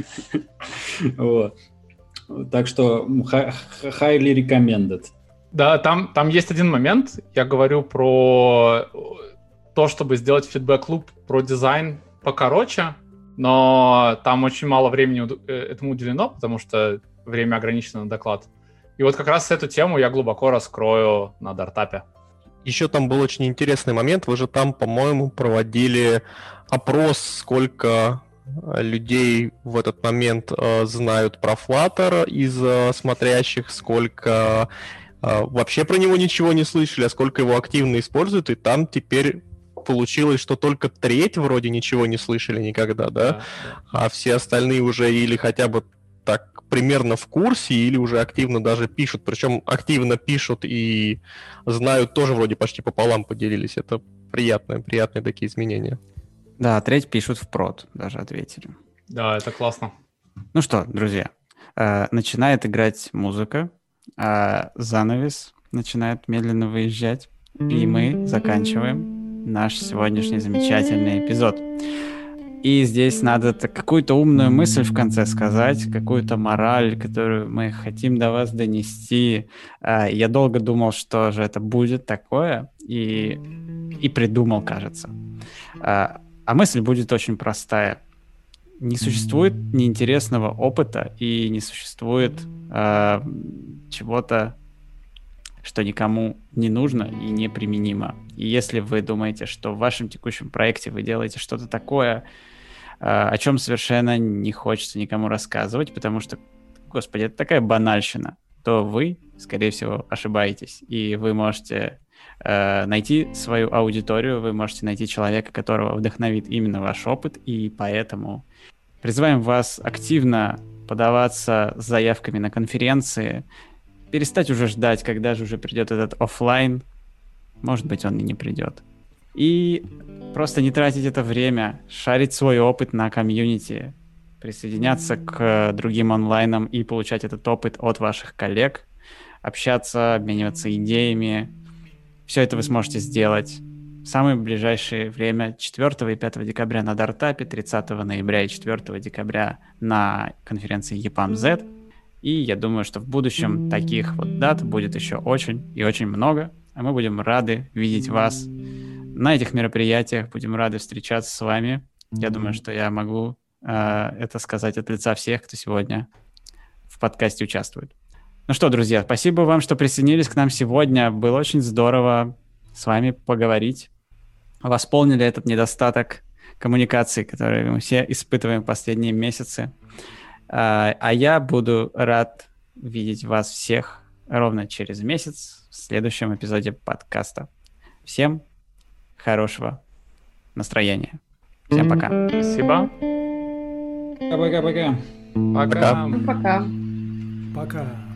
Так что highly recommended. Да, там есть один момент. Я говорю про то, чтобы сделать фидбэк-луп про дизайн покороче, но там очень мало времени этому уделено, потому что время ограничено на доклад. И вот как раз эту тему я глубоко раскрою на Дартапе. Еще там был очень интересный момент. Вы же там, по-моему, проводили опрос, сколько людей в этот момент знают про Flutter из смотрящих, сколько вообще про него ничего не слышали, а сколько его активно используют. И там теперь получилось, что только треть вроде ничего не слышали никогда, да? А все остальные уже или хотя бы так примерно в курсе или уже активно даже пишут, причем активно пишут и знают тоже вроде почти пополам поделились. Это приятные такие изменения. Да, треть пишут в прод, даже ответили. Да, это классно. Ну что, друзья, начинает играть музыка, занавес начинает медленно выезжать, и мы заканчиваем наш сегодняшний замечательный эпизод. И здесь надо какую-то умную мысль в конце сказать, какую-то мораль, которую мы хотим до вас донести. Я долго думал, что же это будет такое, и придумал, кажется. А мысль будет очень простая. Не существует неинтересного опыта и не существует чего-то, что никому не нужно и неприменимо. И если вы думаете, что в вашем текущем проекте вы делаете что-то такое, о чем совершенно не хочется никому рассказывать, потому что, господи, это такая банальщина, то вы, скорее всего, ошибаетесь. И вы можете найти свою аудиторию, вы можете найти человека, которого вдохновит именно ваш опыт, и поэтому призываем вас активно подаваться с заявками на конференции, перестать уже ждать, когда же уже придет этот офлайн. Может быть, он и не придет. И просто не тратить это время, шарить свой опыт на комьюнити, присоединяться к другим онлайнам и получать этот опыт от ваших коллег, общаться, обмениваться идеями. Все это вы сможете сделать в самое ближайшее время, 4 и 5 декабря на Дартапе, 30 ноября и 4 декабря на конференции EPAM Z. И я думаю, что в будущем таких вот дат будет еще очень и очень много. А мы будем рады видеть вас на этих мероприятиях, будем рады встречаться с вами. Я думаю, что я могу это сказать от лица всех, кто сегодня в подкасте участвует. Ну что, друзья, спасибо вам, что присоединились к нам сегодня. Было очень здорово с вами поговорить. Восполнили этот недостаток коммуникации, который мы все испытываем в последние месяцы. А я буду рад видеть вас всех ровно через месяц в следующем эпизоде подкаста. Всем хорошего настроения. Всем пока. Спасибо. Пока-пока. Пока. Пока. Пока.